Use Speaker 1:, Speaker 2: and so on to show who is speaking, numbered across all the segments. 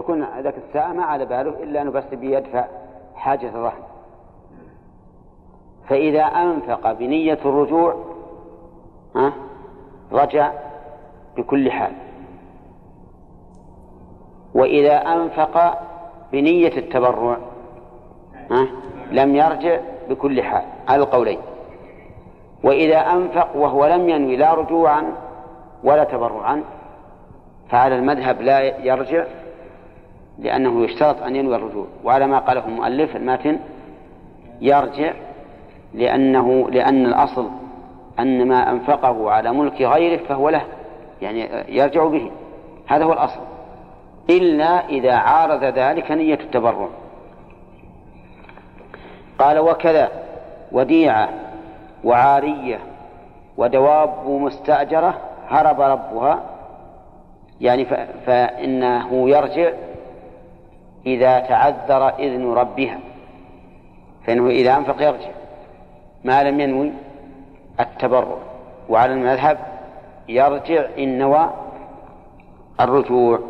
Speaker 1: يكون ذاك الساعة ما على باله إلا أنه بس بيدفع حاجة الرهن. فإذا أنفق بنية الرجوع رجع بكل حال، وإذا أنفق بنية التبرع لم يرجع بكل حال على القولين. وإذا أنفق وهو لم ينوي لا رجوعا ولا تبرعا فعلى المذهب لا يرجع، لأنه يشترط أن ينوي الرجوع، وعلى ما قاله المؤلف الماتن يرجع، لأن الأصل أن ما أنفقه على ملك غيره فهو له، يعني يرجع به، هذا هو الأصل، إلا إذا عارض ذلك نية التبرع. قال وكذا وديعة وعارية ودواب مستأجرة هرب ربها، يعني فإنه يرجع إذا تعذر إذن ربها، فإنه إذا أنفق يرجع ما لم ينوي التبرع، وعلى المذهب يرجع إن نوى الرجوع.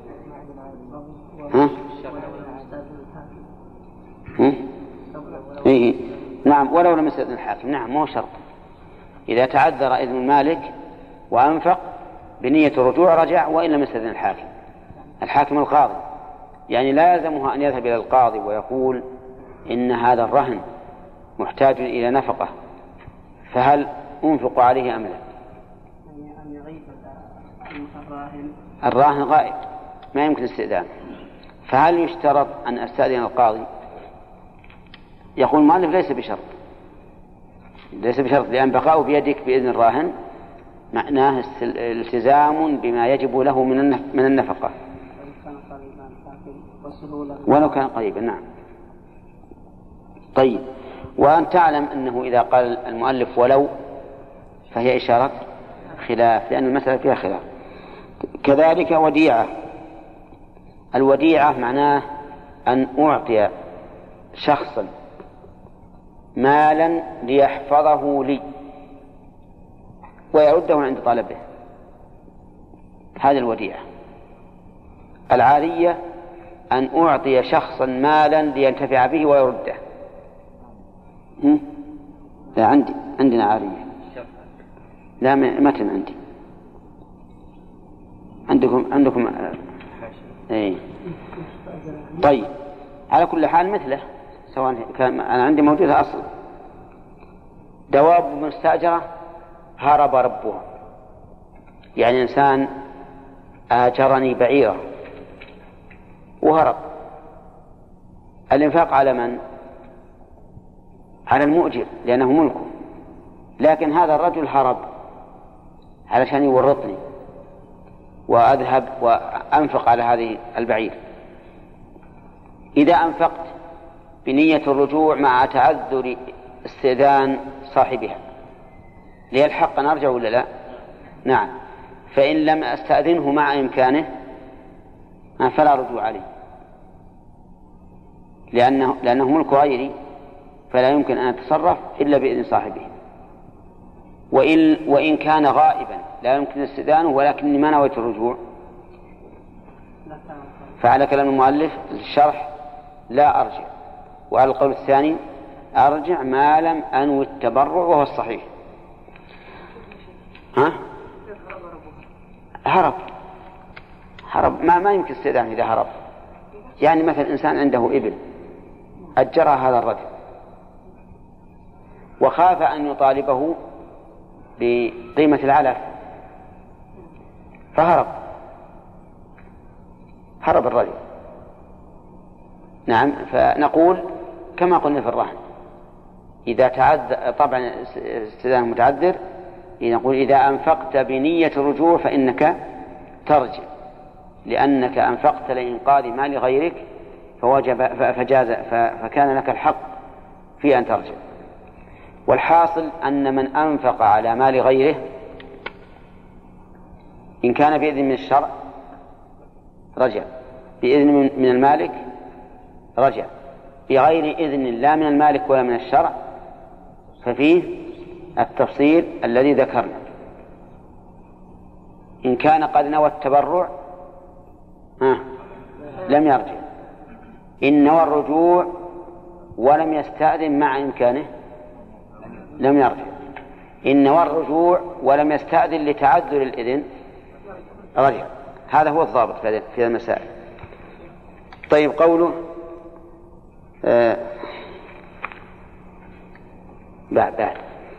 Speaker 1: إيه؟ نعم، ولو لم يستأذن الحاكم، نعم مو شرط. إذا تعذر إذن المالك وأنفق بنية الرجوع رجع وإن لم يستأذن الحاكم القاضي، يعني لا يلزمها أن يذهب إلى القاضي ويقول إن هذا الرهن محتاج إلى نفقة فهل أنفق عليه أم لا. الراهن غائب ما يمكن استئذان، فهل يشترط أن أستأذن القاضي؟ يقول المؤلف ليس بشرط، لأن بقاؤه بيدك بإذن الراهن معناه التزام بما يجب له من النفقة ولو كان قريبا. نعم. طيب، وأن تعلم أنه إذا قال المؤلف ولو فهي إشارة خلاف، لأن المسألة فيها خلاف. كذلك وديعة، الوديعة معناه أن أعطي شخصا مالا ليحفظه لي ويرده عند طلبه، هذه الوديعة. العارية أن أعطي شخصا مالا لينتفع به ويرده. لا عندنا عارية، لا متن عندي، عندكم ايه. طيب، على كل حال مثله، سواء كان أنا عندي موجودة أصل. دواب مستأجرة هرب ربها، يعني إنسان آجرني بعيرة وهرب. الإنفاق على من؟ على المؤجر لأنه ملكه، لكن هذا الرجل هرب علشان يورطني وأذهب وأنفق على هذه البعير. إذا أنفقت بنية الرجوع مع تعذر استئذان صاحبها لي الحق أن أرجع ولا لا؟ نعم. فإن لم أستأذنه مع إمكانه فلا رجوع عليه، لأنه ملك غيري فلا يمكن أن أتصرف إلا بإذن صاحبه. وإن كان غائبا لا يمكن استئذانه ولكني ما نويت الرجوع، فعلى كلام المؤلف الشرح لا أرجع، وعلى القول الثاني أرجع ما لم أنوي التبرع وهو الصحيح. هرب ما يمكن استئذان إذا هرب. يعني مثلا إنسان عنده إبل أجرها هذا الرجل وخاف أن يطالبه بقيمة العلف فهرب الرجل. نعم، فنقول كما قلنا في الرهن إذا تعذر، طبعا استئذان متعذر، نقول إذا أنفقت بنية الرجوع فإنك ترجع، لأنك أنفقت لإنقاذ مال غيرك فكان لك الحق في أن ترجع. والحاصل أن من أنفق على مال غيره إن كان بإذن من الشرع رجع، بإذن من المالك رجع، بغير إذن لا من المالك ولا من الشرع ففيه التفصيل الذي ذكرنا. إن كان قد نوى التبرع لم يرجع. إن نوى الرجوع ولم يستأذن مع إمكانه لم يرجع. إن نوى الرجوع ولم يستأذن لتعذر الإذن رجع. هذا هو الضابط في المسائل. طيب قوله بعد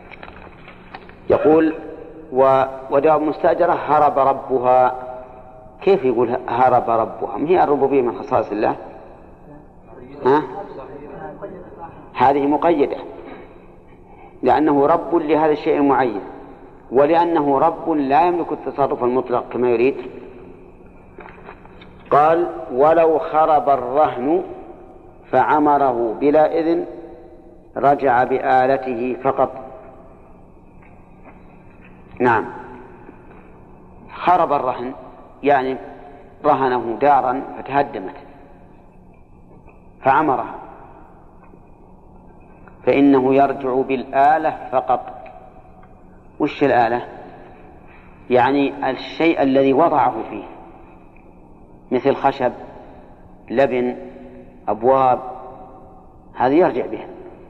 Speaker 1: يقول ودواب مستأجرة هرب ربها. كيف يقول هرب ربها؟ ما هي الربوبية من خصائص الله؟ هذه مقيدة لأنه رب لهذا الشيء المعين، ولأنه رب لا يملك التصرف المطلق كما يريد. قال ولو خرب الرهن فعمره بلا إذن رجع بآلته فقط. نعم، خرب الرهن يعني رهنه دارا فتهدمت فعمرها، فإنه يرجع بالآلة فقط. وش الآلة؟ يعني الشيء الذي وضعه فيه، مثل خشب، لبن، أبواب، هذه يرجع بها.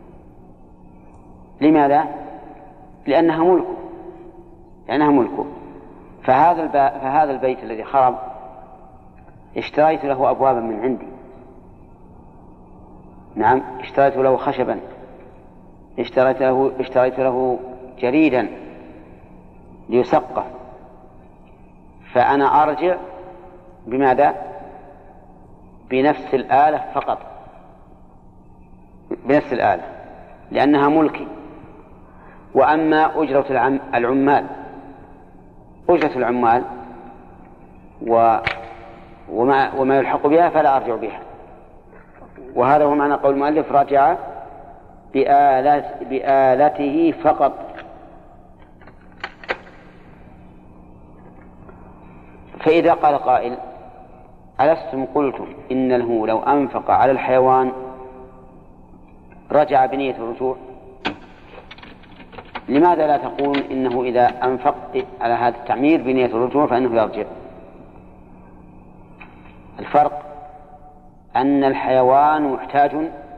Speaker 1: لماذا؟ لأنها ملكه. فهذا البيت الذي خرب اشتريت له أبوابا من عندي، نعم، اشتريت له خشبا، اشتريت له جريدا ليسقف، فأنا أرجع بماذا؟ بنفس الآلة فقط، بنفس الآلة لأنها ملكي. وأما أجرة العمال وما يلحق بها فلا أرجع بها. وهذا هو معنى قول المؤلف رجع بآلته فقط. فإذا قال قائل ألستم قلتم إن له لو أنفق على الحيوان رجع بنية الرجوع، لماذا لا تقول إنه إذا أنفق على هذا التعمير بنية الرجوع فإنه يرجع؟ الفرق أن الحيوان محتاج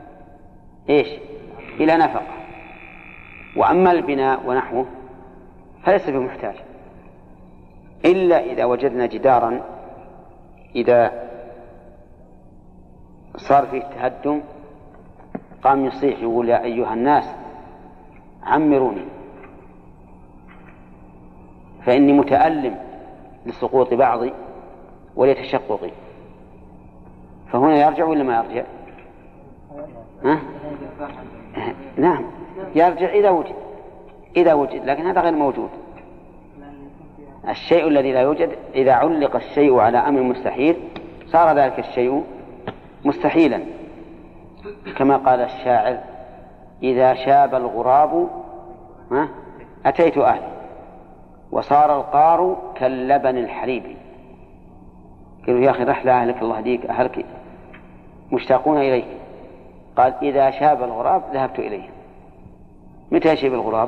Speaker 1: إلى نفقة، وأما البناء ونحوه فليس بمحتاج، إلا إذا وجدنا جدارا إذا صار فيه تهدم قام يصيح يقول يا أيها الناس عمروني فإني متألم لسقوط بعضي ولتشققي، فهنا يرجع ولا ما يرجع؟ نعم يرجع إذا وجد، لكن هذا غير موجود. الشيء الذي لا يوجد إذا علق الشيء على أمر مستحيل صار ذلك الشيء مستحيلا، كما قال الشاعر إذا شاب الغراب أتيت أهلي وصار القار كاللبن الحليبي. قالوا يا أخي رحلة أهلك الله يهديك، أهلك مشتاقون إليك. قال إذا شاب الغراب ذهبت إليه. متى يشيب الغراب؟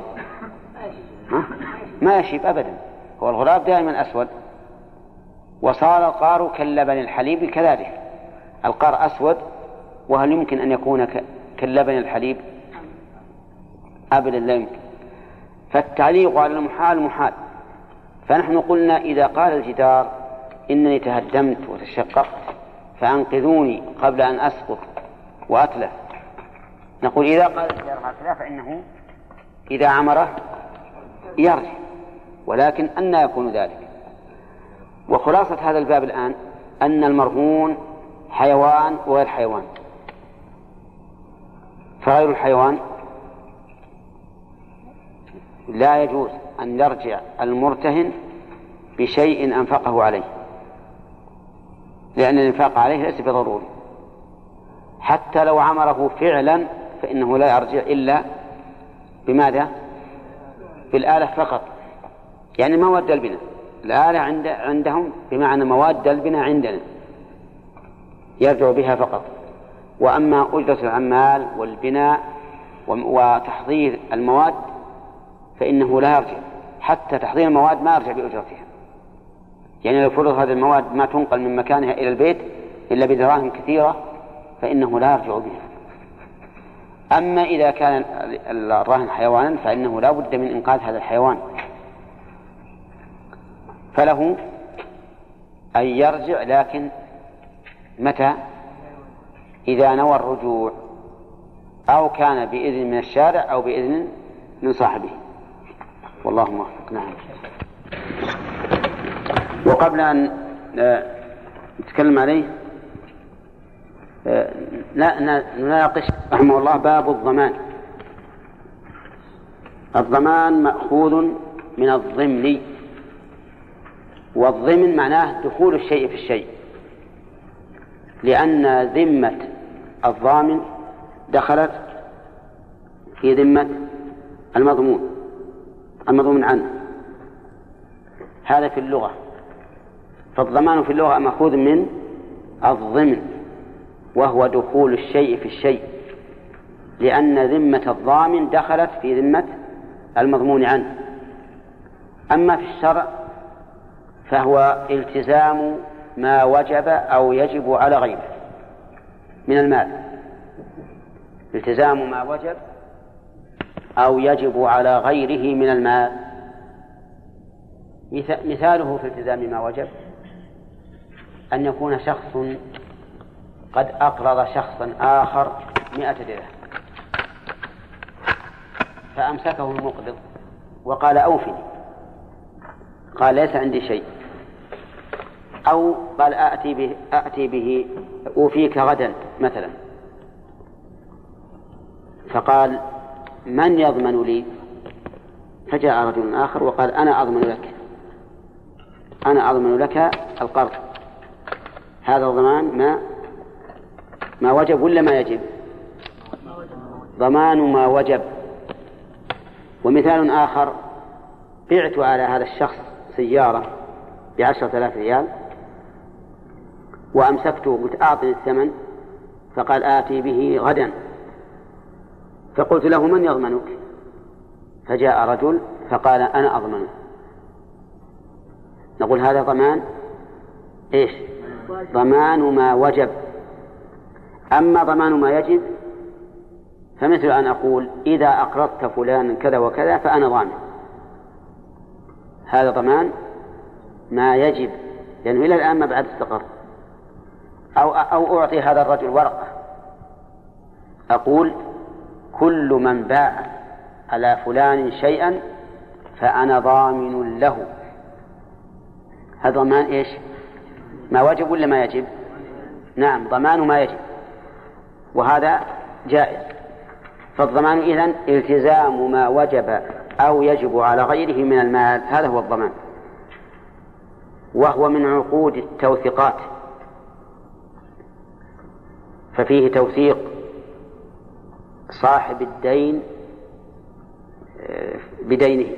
Speaker 1: ما يشيب أبدا، هو الغراب دائما أسود. وصار القار كاللبن الحليب، كذلك القار أسود، وهل يمكن أن يكون كاللبن الحليب؟ أبدا لا يمكن. فالتعليق على المحال محال. فنحن قلنا إذا قال الجدار إنني تهدمت وتشققت فأنقذوني قبل أن أسقط وأتلف، نقول إذا قال الجدار هكذا فإنه إذا عمره يرجع، ولكن أن يكون ذلك. وخلاصة هذا الباب الآن أن المرهون حيوان وغير حيوان. فغير الحيوان لا يجوز أن يرجع المرتهن بشيء أنفقه عليه، لأن الإنفاق عليه ليس بضروري. حتى لو عمره فعلا فإنه لا يرجع إلا بماذا؟ بالآلة فقط، يعني مواد البناء. الآلة عندهم بمعنى مواد البناء عندنا، يرجع بها فقط. وأما أجرة العمال والبناء وتحضير المواد فإنه لا يرجع، حتى تحضير المواد ما يرجع بأجرتها. يعني لو فرض هذه المواد ما تنقل من مكانها إلى البيت إلا بدراهم كثيرة فإنه لا يرجع بها. أما إذا كان الراهن حيوانا فإنه لا بد من إنقاذ هذا الحيوان، فله أن يرجع، لكن متى؟ إذا نوى الرجوع أو كان بإذن من الشارع أو بإذن من صاحبه، والله موفق. نعم. وقبل أن نتكلم عليه نناقش رحمه الله باب الضمان. الضمان مأخوذ من الضمن، والضمن معناه دخول الشيء في الشيء، لأن ذمة الضامن دخلت في ذمة المضمون عنه. هذا في اللغة، فالضمان في اللغة مأخوذ من الضمن، وهو دخول الشيء في الشيء، لأن ذمة الضامن دخلت في ذمة المضمون عنه. أما في الشرع فهو التزام ما وجب أو يجب على غيره من المال، التزام ما وجب أو يجب على غيره من المال. مثاله في التزام ما وجب أن يكون شخص قد أقرض شخصا آخر 100 درهم، فأمسكه المقرض وقال أوفني، قال ليس عندي شيء، أو قال أأتي به أوفيك غدا مثلا، فقال من يضمن لي؟ فجاء رجل آخر وقال أنا أضمن لك القرض. هذا ضمان ما وجب ولا ما يجب؟ ضمان ما وجب. ومثال آخر، بعت على هذا الشخص سيارة ب10,000 ريال وأمسكته قلت أعطني الثمن، فقال آتي به غدا، فقلت له من يضمنك؟ فجاء رجل فقال أنا أضمنه. نقول هذا ضمان إيش؟ ضمان ما وجب. أما ضمان ما يجب فمثل أن أقول إذا أقرضت فلانا كذا وكذا فأنا ضامن، هذا ضمان ما يجب، لأنه إلى الآن ما بعد استقر. أو أعطي هذا الرجل ورقة أقول كل من باع على فلان شيئا فأنا ضامن له، هذا ضمان إيش؟ ما وجب ولا ما يجب؟ نعم، ضمان ما يجب، وهذا جائز. فالضمان إذن التزام ما وجب أو يجب على غيره من المال، هذا هو الضمان، وهو من عقود التوثيقات، ففيه توثيق صاحب الدين بدينه.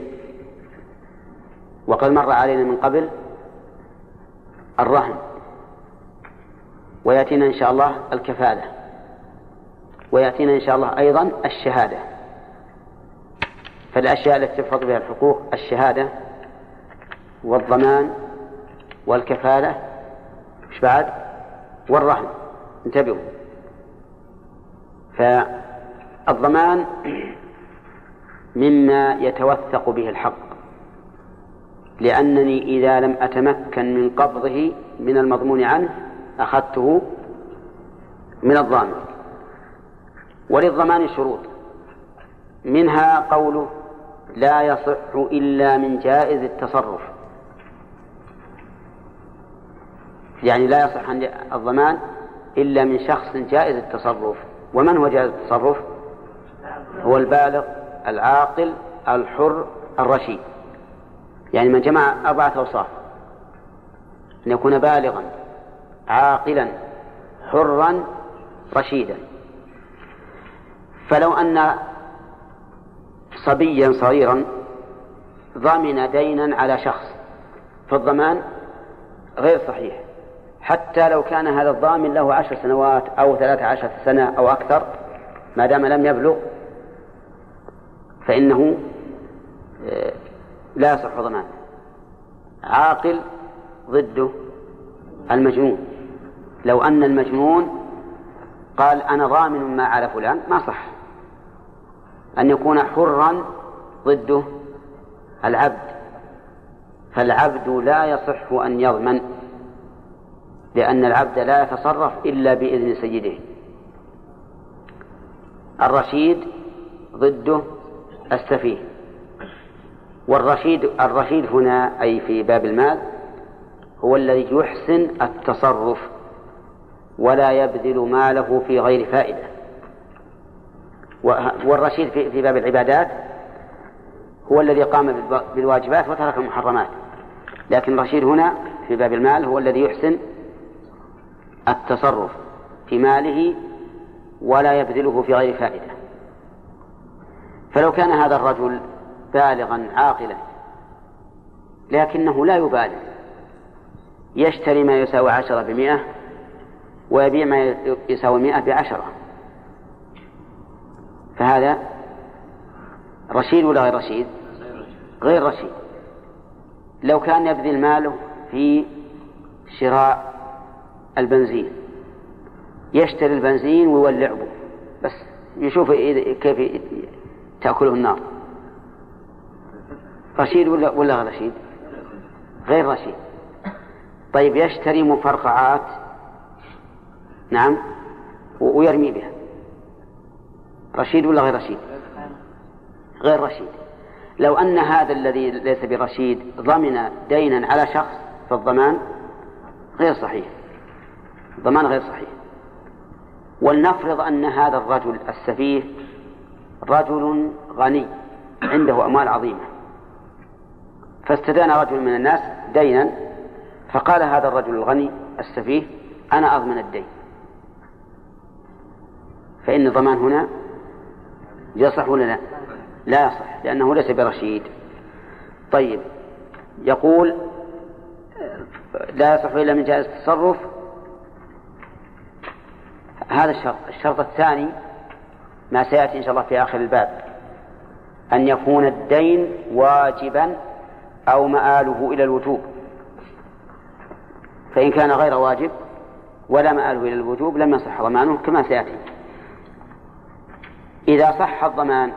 Speaker 1: وقد مر علينا من قبل الرهن، ويأتينا إن شاء الله الكفالة، ويأتينا إن شاء الله أيضا الشهادة. فالأشياء التي تفرض بها الحقوق الشهادة والضمان والكفالة، إيش بعد؟ والرهن. انتبهوا، فالضمان مما يتوثق به الحق، لأنني إذا لم أتمكن من قبضه من المضمون عنه أخذته من الضامن. وللضمان شروط، منها قوله لا يصح إلا من جائز التصرف، يعني لا يصح الضمان إلا من شخص جائز التصرف. ومن هو جائز التصرف؟ هو البالغ العاقل الحر الرشيد، يعني من جمع 4 أوصاف: أن يكون بالغا عاقلا حرا رشيدا. فلو أن صبيا صغيرا ضمن دينا على شخص فالضمان غير صحيح، حتى لو كان هذا الضامن له 10 سنوات أو 13 سنة أو أكثر، ما دام لم يبلغ فإنه لا يصح ضمانه. عاقل ضده المجنون، لو أن المجنون قال أنا ضامن ما على فلان ما صح. أن يكون حرا ضده العبد، فالعبد لا يصح أن يضمن، لأن العبد لا يتصرف إلا بإذن سيده. الرشيد ضده السفيه، والرشيد هنا أي في باب المال هو الذي يحسن التصرف ولا يبذل ماله في غير فائدة. والرشيد في باب العبادات هو الذي قام بالواجبات وترك المحرمات، لكن الرشيد هنا في باب المال هو الذي يحسن التصرف في ماله ولا يبذله في غير فائدة. فلو كان هذا الرجل بالغا عاقلا لكنه لا يبالغ، يشتري ما يساوي 10 ب100 ويبيع ما يساوي 100 ب10، فهذا رشيد ولا غير رشيد؟ غير رشيد. لو كان يبذل ماله في شراء البنزين، يشتري البنزين ويولعه بس يشوف كيف تأكله النار، رشيد ولا غير رشيد؟ غير رشيد. طيب يشتري مفرقعات، نعم، ويرمي بها، رشيد ولا غير رشيد؟ غير رشيد. لو أن هذا الذي ليس برشيد ضمن دينا على شخص فالضمان غير صحيح، الضمان غير صحيح. ولنفرض أن هذا الرجل السفيه رجل غني عنده أموال عظيمة، فاستدان رجل من الناس دينا، فقال هذا الرجل الغني السفيه أنا أضمن الدين، فإن الضمان هنا يصح ولا لا؟ لا يصح، لأنه ليس برشيد. طيب يقول لا يصح إلا من جائز التصرف، هذا الشرط. الشرط الثاني ما سيأتي إن شاء الله في آخر الباب، أن يكون الدين واجبا أو مآله إلى الوجوب، فإن كان غير واجب ولا مآله إلى الوجوب لم يصح ضمانه كما سيأتي. إذا صح الضمان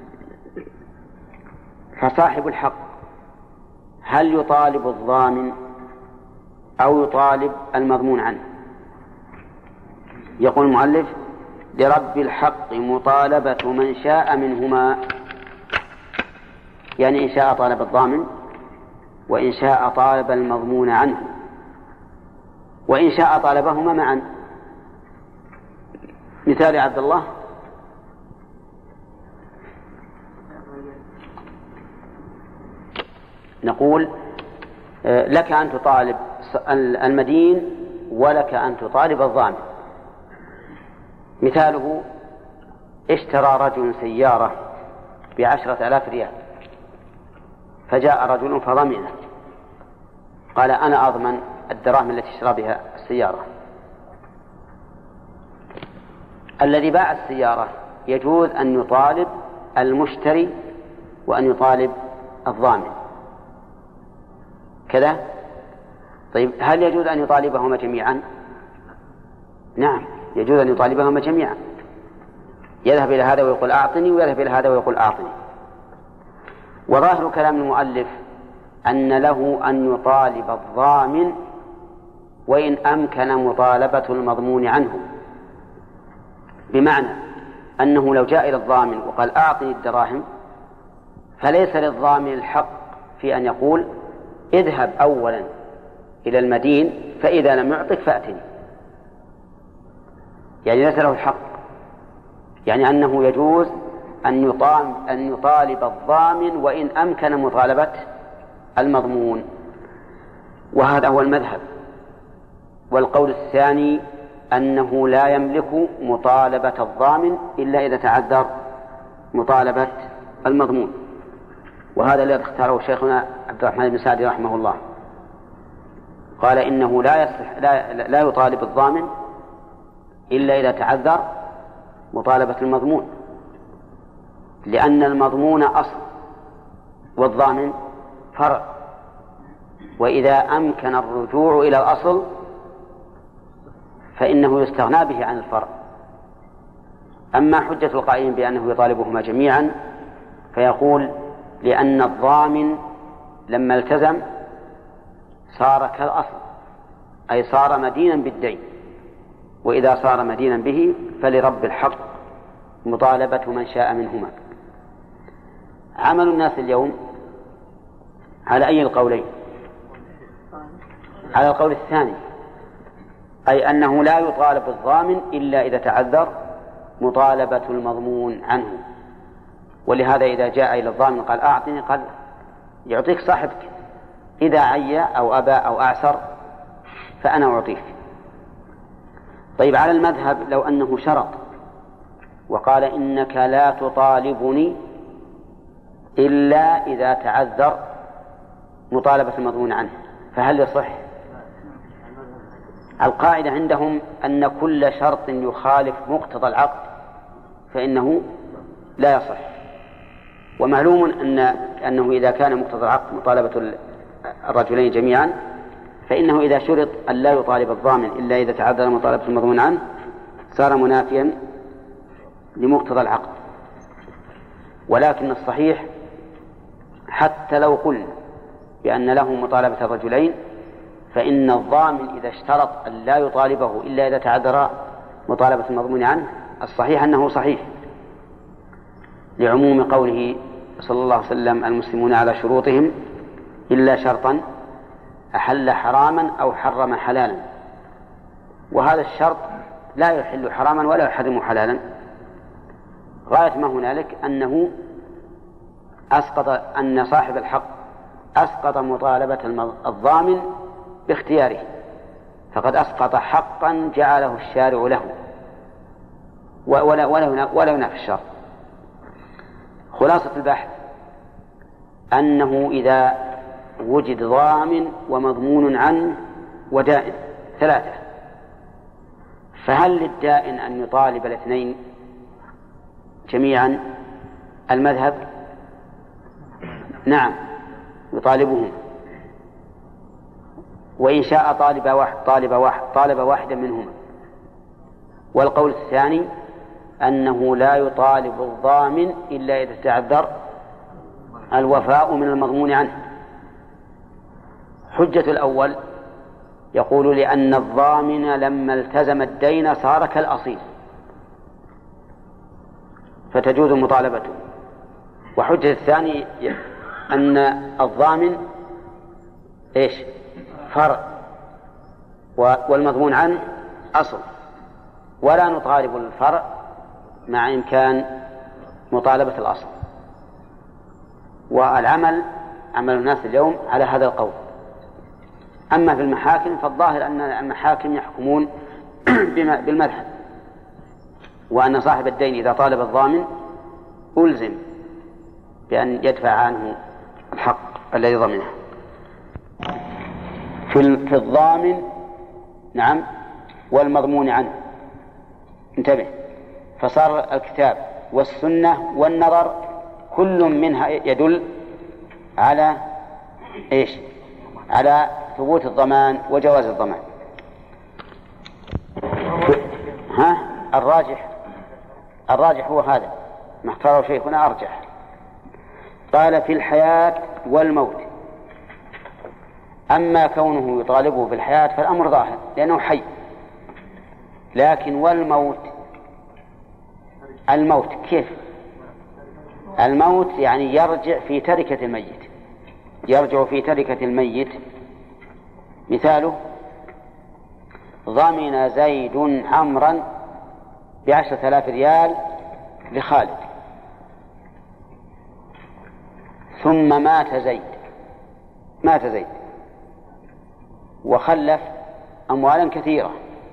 Speaker 1: فصاحب الحق هل يطالب الضامن أو يطالب المضمون عنه؟ يقول المؤلف لرب الحق مطالبة من شاء منهما، يعني إن شاء طالب الضامن وإن شاء طالب المضمون عنه، وإن شاء طالبهما معا. مثال عبد الله نقول لك أن تطالب المدين ولك أن تطالب الضامن. مثاله اشترى رجل سيارة ب10,000 ريال، فجاء رجل فضمنه قال أنا أضمن الدراهم التي اشترى بها السيارة. الذي باع السيارة يجوز أن يطالب المشتري وأن يطالب الضامن كذا. طيب هل يجوز أن يطالبهما جميعا؟ نعم يجوز أن يطالبهما جميعا، يذهب إلى هذا ويقول أعطني ويذهب إلى هذا ويقول أعطني. وظاهر كلام المؤلف أن له أن يطالب الضامن وإن أمكن مطالبة المضمون عنه، بمعنى أنه لو جاء إلى الضامن وقال أعطني الدراهم فليس للضامن الحق في أن يقول اذهب أولا إلى المدين فإذا لم يعطك فأتني، يعني ليس له الحق، يعني أنه يجوز أن يطالب الضامن وإن أمكن مطالبة المضمون، وهذا هو المذهب. والقول الثاني أنه لا يملك مطالبة الضامن إلا إذا تعذر مطالبة المضمون، وهذا الذي اختاره شيخنا عبد الرحمن بن سعدي رحمه الله، قال إنه لا يطالب الضامن إلا إذا تعذر مطالبة المضمون، لأن المضمون أصل والضامن فرع، وإذا أمكن الرجوع إلى الأصل فإنه يستغنى به عن الفرع. أما حجة القائلين بأنه يطالبهما جميعا فيقول لأن الضامن لما التزم صار كالأصل، أي صار مدينا بالدين، وإذا صار مدينا به فلرب الحق مطالبة من شاء منهما. عمل الناس اليوم على أي القولين؟ على القول الثاني، أي أنه لا يطالب الضامن إلا إذا تعذر مطالبة المضمون عنه. ولهذا إذا جاء إلى الضامن قال أعطني، قال يعطيك صاحبك، إذا عيا أو أبى أو أعسر فأنا أعطيك. طيب على المذهب لو أنه شرط وقال إنك لا تطالبني إلا إذا تعذر مطالبة المضمون عنه، فهل يصح؟ القاعدة عندهم أن كل شرط يخالف مقتضى العقد فإنه لا يصح، ومعلوم أنه إذا كان مقتضى العقد مطالبة الرجلين جميعا فإنه إذا شرط أن لا يطالب الضامن إلا إذا تعذر مطالبة المضمون عنه صار منافيا لمقتضى العقد. ولكن الصحيح حتى لو قلنا بأن له مطالبة الرجلين فإن الضامن إذا اشترط أن لا يطالبه إلا إذا تعذر مطالبة المضمون عنه الصحيح أنه صحيح، لعموم قوله صلى الله عليه وسلم المسلمون على شروطهم إلا شرطا أحل حراما أو حرم حلالا، وهذا الشرط لا يحل حراما ولا يحرم حلالا. غاية ما هنالك أنه أن صاحب الحق أسقط مطالبة الضامن باختياره، فقد أسقط حقا جعله الشارع له ولا ينافي الشرع. خلاصة البحث أنه إذا وجد ضامن ومضمون عنه ودائن ثلاثة، فهل للدائن أن يطالب الاثنين جميعا؟ المذهب نعم يطالبهم، وإن شاء طالب واحدا منهما. والقول الثاني أنه لا يطالب الضامن إلا إذا تعذر الوفاء من المضمون عنه. حجة الأول يقول لأن الضامن لما التزم الدين صار كالأصيل فتجوز مطالبته. وحجة الثاني أن الضامن إيش؟ فرع والمضمون عنه أصل، ولا نطالب الفرع مع إمكان مطالبة الأصل. والعمل عمل الناس اليوم على هذا القول. أما في المحاكم فالظاهر أن المحاكم يحكمون بالمذهب، وأن صاحب الدين إذا طالب الضامن ألزم بأن يدفع عنه الحق الذي ضمنه. في الضامن نعم والمضمون عنه انتبه، فصار الكتاب والسنة والنظر كل منها يدل على إيش؟ على ثبوت الضمان وجواز الضمان. الراجح هو هذا ما اختاره شيخنا أرجح. قال في الحياة والموت. أما كونه يطالبه في الحياة فالأمر ظاهر لأنه حي، لكن والموت، الموت كيف؟ الموت يعني يرجع في تركة الميت، يرجع في تركة الميت. مثاله ضمن زيد عمرا ب10,000 ريال لخالد، ثم مات زيد وخلف أموالا كثيرة،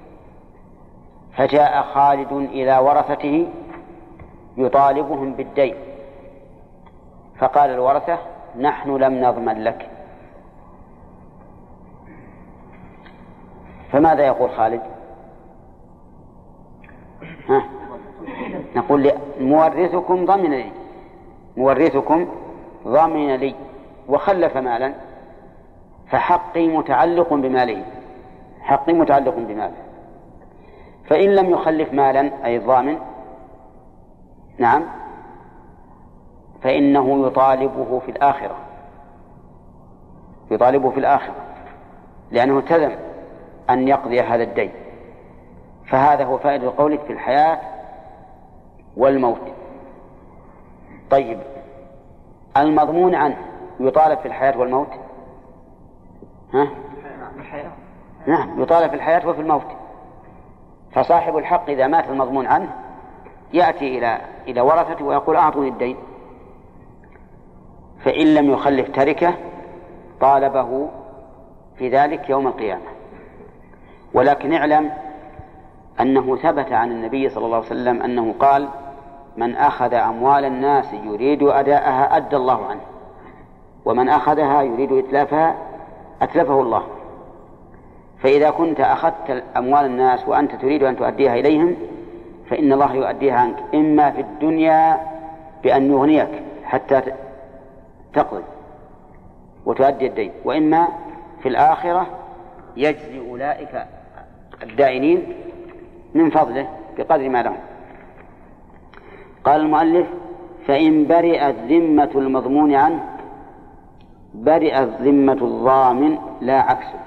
Speaker 1: فجاء خالد إلى ورثته يطالبهم بالدين، فقال الورثة نحن لم نضمن لك. فماذا يقول خالد؟ نقول مورثكم ضمن لي وخلف مالا، فحقي متعلق بماله، فإن لم يخلف مالا أي الضامن نعم فإنه يطالبه في الآخرة، يطالبه في الآخرة لأنه التزم أن يقضي هذا الدين. فهذا هو فائدة قولك في الحياة والموت. طيب المضمون عنه يطالب في الحياة والموت؟ ها؟ نعم يطالب في الحياة وفي الموت. فصاحب الحق إذا مات المضمون عنه يأتي إلى ورثته ويقول أعطوني الدين، فإن لم يخلف تركه طالبه في ذلك يوم القيامة. ولكن اعلم أنه ثبت عن النبي صلى الله عليه وسلم أنه قال من أخذ أموال الناس يريد أداءها أدى الله عنه، ومن أخذها يريد إتلافها أتلفه الله. فإذا كنت أخذت أموال الناس وأنت تريد أن تؤديها إليهم فإن الله يؤديها عنك، إما في الدنيا بأن يغنيك حتى تقضي وتؤدي الدين، وإما في الآخرة يجزي أولئك الدائنين من فضله بقدر ما لهم. قال المؤلف فإن برئت ذمة المضمون عنه برئت ذمة الضامن لا عكسه.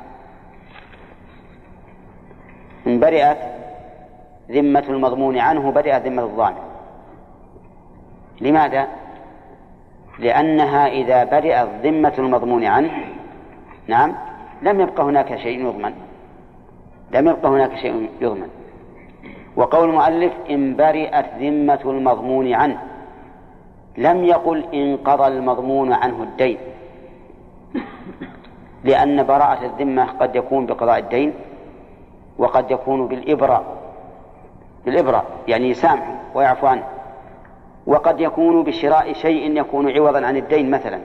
Speaker 1: إن برئت ذمة المضمون عنه برئت ذمة الضامن. لماذا؟ لأنها إذا برئت ذمة المضمون عنه نعم لم يبقى هناك شيء يضمن، لم يبقى هناك شيء يضمن. وقول المؤلف إن برئت ذمة المضمون عنه لم يقل إن قضى المضمون عنه الدين، لأن براءة الذمة قد يكون بقضاء الدين وقد يكون بالإبراء يعني يسامح ويعفو عنه، وقد يكون بشراء شيء يكون عوضا عن الدين مثلا.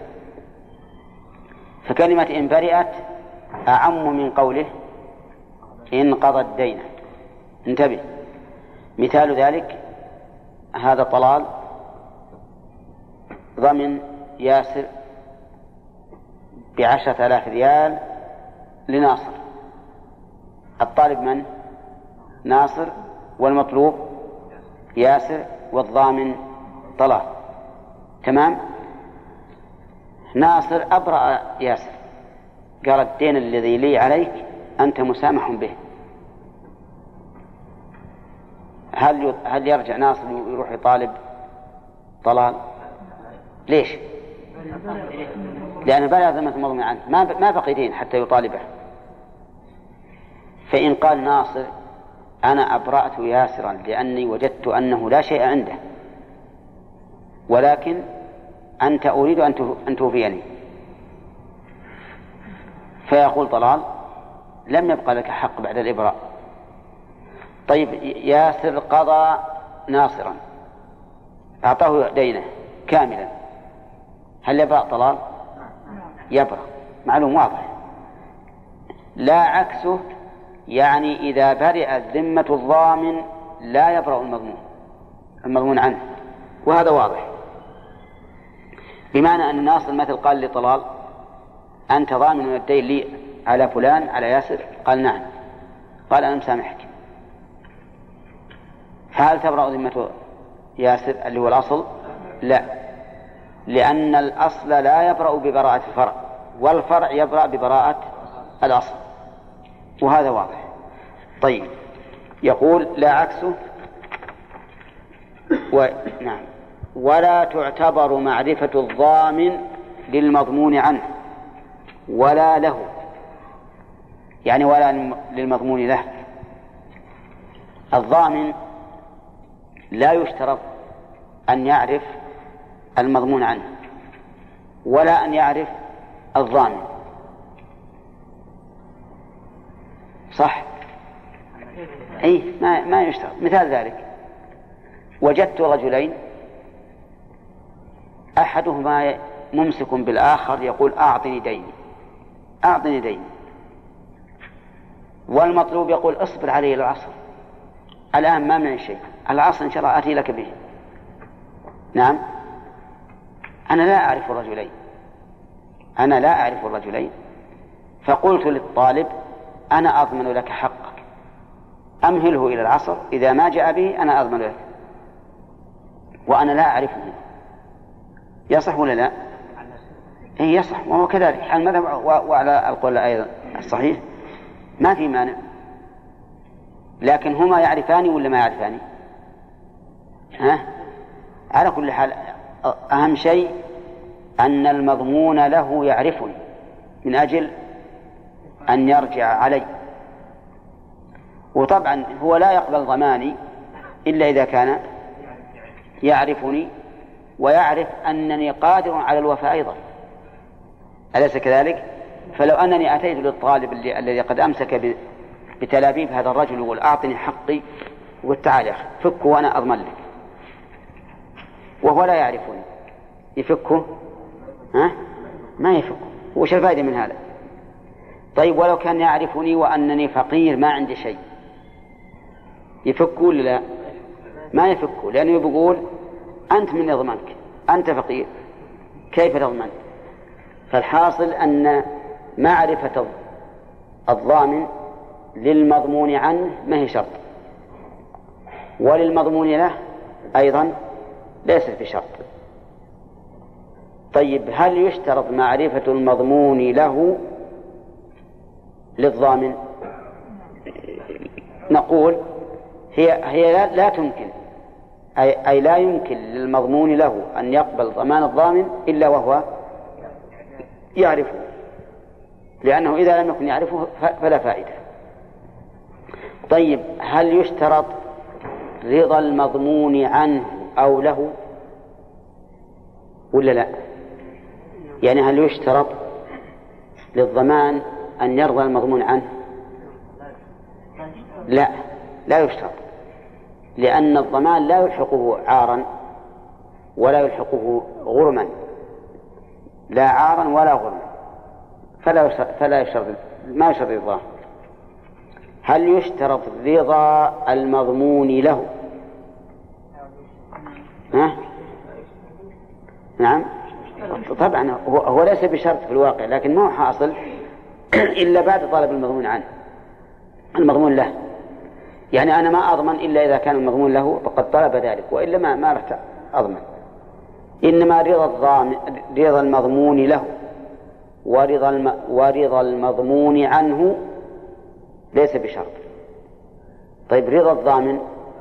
Speaker 1: فكلمة إن برئت أعم من قوله إن قضى الدين. انتبه، مثال ذلك هذا طلال ضمن ياسر ب10,000 ريال لناصر. الطالب من؟ ناصر، والمطلوب ياسر، والضامن طلال. تمام؟ ناصر أبرأ ياسر، قال الدين الذي لي عليك أنت مسامح به. هل يرجع ناصر ويروح يطالب طلال؟ ليش؟ لأن بلغ ذمة المضمون عنه ما بقي دين حتى يطالبه. فإن قال ناصر أنا أبرأت ياسرا لأني وجدت أنه لا شيء عنده ولكن أنت أريد أن توفيني، فيقول طلال لم يبقى لك حق بعد الإبراء. طيب ياسر قضى ناصرا أعطاه دينه كاملا، هل يبرأ طلال؟ يبرأ، معلوم واضح. لا عكسه، يعني إذا برئت ذمة الضامن لا يبرأ المضمون عنه، وهذا واضح. بمعنى أن ناصر مثل قال لطلال أنت ضامن الدين لي على فلان على ياسر؟ قال نعم. قال أنا مسامحك. فهل تبرأ ذمة ياسر اللي هو الأصل؟ لا، لأن الأصل لا يبرأ ببراءة الفرع، والفرع يبرأ ببراءة الأصل، وهذا واضح. طيب يقول لا عكسه نعم ولا تعتبر معرفة الضامن للمضمون عنه ولا له، يعني ولا للمضمون له. الضامن لا يشترط أن يعرف المضمون عنه ولا أن يعرف الضامن، صح؟ أي ما يشترط. مثال ذلك وجدت رجلين أحدهما ممسك بالآخر يقول أعطني ديني، والمطلوب يقول اصبر علي العصر، الآن ما من شيء، العصر إن شاء الله آتي لك به. نعم، أنا لا أعرف الرجلين، فقلت للطالب أنا أضمن لك حقك، أمهله إلى العصر، إذا ما جاء به أنا أضمن لك وأنا لا أعرفه. يصح ولا لا؟ إيه يصح، وهو كذلك على المذهب وعلى القول أيضا الصحيح ما في مانع. لكن هما يعرفان ولا ما يعرفان؟ على كل حال أهم شيء أن المضمون له يعرفني من أجل أن يرجع علي. وطبعا هو لا يقبل ضماني إلا إذا كان يعرفني ويعرف أنني قادر على الوفاء أيضا، أليس كذلك؟ فلو أنني أتيت للطالب الذي قد أمسك بتلابيب هذا الرجل يقول أعطني حقي والتعالى فكه وأنا أضمن لك، وهو لا يعرفني، يفكه؟ ما يفكه. وش الفائدة من هذا؟ طيب ولو كان يعرفني وأنني فقير ما عندي شيء، يفكه ولا لا؟ ما يفكه، لأنه بيقول أنت من يضمنك، أنت فقير كيف تضمن؟ فالحاصل أن معرفة الضامن للمضمون عنه ما هي شرط، وللمضمون له أيضا ليست بشرط. طيب هل يشترط معرفة المضمون له للضامن؟ نقول هي لا تمكن، أي لا يمكن للمضمون له أن يقبل ضمان الضامن إلا وهو يعرفه، لأنه إذا لم يكن يعرفه فلا فائدة. طيب هل يشترط رضا المضمون عنه أو له ولا لا؟ يعني هل يشترط للضمان أن يرضى المضمون عنه؟ لا يشترط، لأن الضمان لا يلحقه عارا ولا يلحقه غرما، لا عارا ولا غرما، فلا يشترط، ما يشترط رضاه. هل يشترط رضا المضمون له؟ نعم طبعا هو ليس بشرط في الواقع، لكن ما هو حاصل إلا بعد طلب المضمون عنه، المضمون له. يعني أنا ما أضمن إلا إذا كان المضمون له فقد طلب ذلك، وإلا ما رحت أضمن. إنما رضا المضمون له ورضا المضمون عنه ليس بشرط. طيب رضا الضامن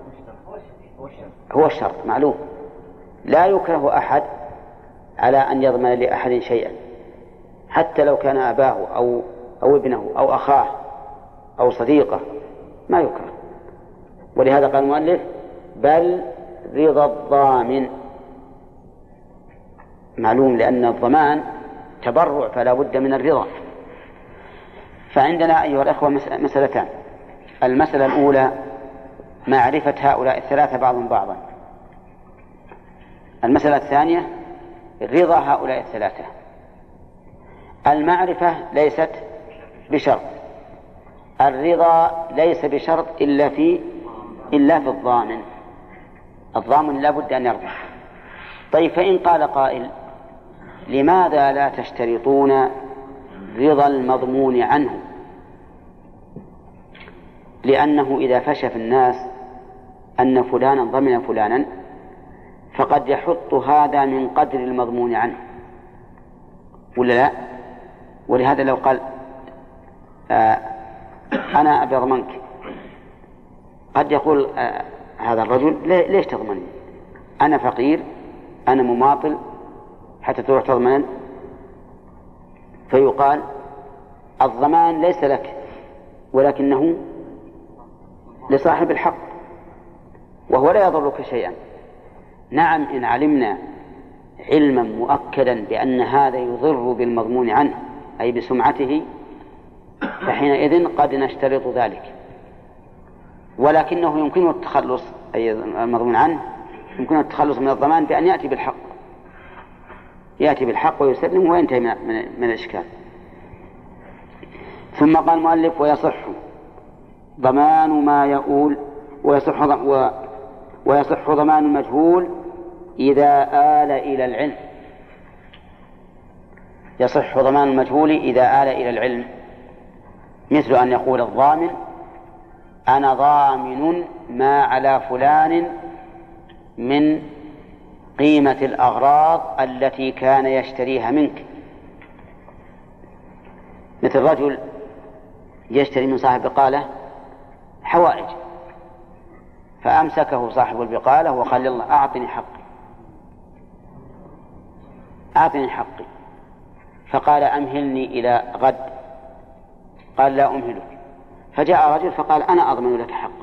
Speaker 1: هو الشرط معلوم، لا يكره أحد على أن يضمن لأحد شيئا حتى لو كان أباه أو ابنه أو أخاه أو صديقه، ما يكره. ولهذا قال المؤلف بل رضا الضامن معلوم، لأن الضمان تبرع فلا بد من الرضا. فعندنا أيها الأخوة مسألتان. المسألة الأولى معرفة هؤلاء الثلاثة بعضهم بعضا. المسألة الثانية رضا هؤلاء الثلاثة. المعرفة ليست بشرط، الرضا ليس بشرط إلا في الضامن. الضامن لا بد أن يرضى. طيب فإن قال قائل لماذا لا تشترطون رضا المضمون عنه؟ لأنه إذا فشى في الناس أن فلانا ضمن فلانا فقد يحط هذا من قدر المضمون عنه ولا لا؟ ولهذا لو قال أنا أبي أضمنك، قد يقول هذا الرجل ليش تضمنني؟ أنا فقير، أنا مماطل حتى تروح تضمن. فيقال الضمان ليس لك ولكنه لصاحب الحق وهو لا يضرك شيئا. نعم إن علمنا علما مؤكدا بأن هذا يضر بالمضمون عنه أي بسمعته فحينئذ قد نشترط ذلك، ولكنه يمكنه التخلص أي المضمون عنه يمكنه التخلص من الضمان بأن يأتي بالحق ويسلم وينتهي من الإشكال. ثم قال المؤلف ويصح ضمان ما يؤول ويصح ضمان المجهول إذا آل إلى العلم. يصح ضمان المجهول إذا آل إلى العلم، مثل أن يقول الضامن أنا ضامن ما على فلان من قيمة الأغراض التي كان يشتريها منك. مثل رجل يشتري من صاحب بقالة حوائج، فأمسكه صاحب البقالة وقال يلا أعطني حقي، فقال أمهلني إلى غد، قال لا أمهلك، فجاء رجل فقال أنا أضمن لك حقك.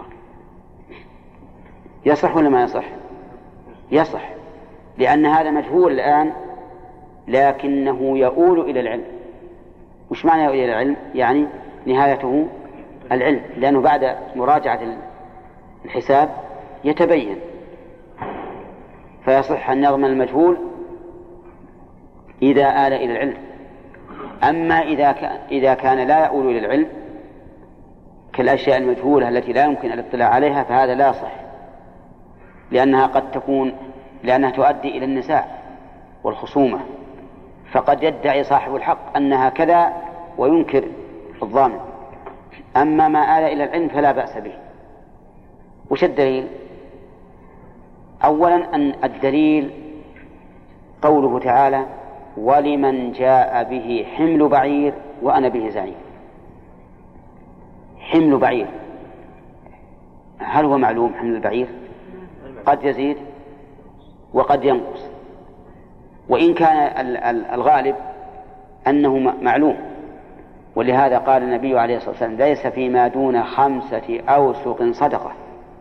Speaker 1: يصح ولا ما يصح؟ يصح، لأن هذا مجهول الآن لكنه يؤول إلى العلم. وش معنى يؤول إلى العلم؟ يعني نهايته العلم، لأنه بعد مراجعة الحساب يتبين، فيصح أن يضمن المجهول إذا آل إلى العلم. أما إذا كان لا يؤول إلى العلم كالأشياء المجهولة التي لا يمكن الاطلاع عليها فهذا لا يصح، لأنها تؤدي إلى النزاع والخصومة، فقد يدعي صاحب الحق أنها كذا وينكر الضامن. أما ما آل إلى العلم فلا بأس به. وش الدليل؟ أولا أن الدليل قوله تعالى ولمن جاء به حمل بعير وأنا به زعيم. حمل بعير، هل هو معلوم حمل البعير؟ قد يزيد وقد ينقص، وإن كان الغالب أنه معلوم، ولهذا قال النبي عليه الصلاة والسلام ليس فيما دون 5 أوسق صدقة،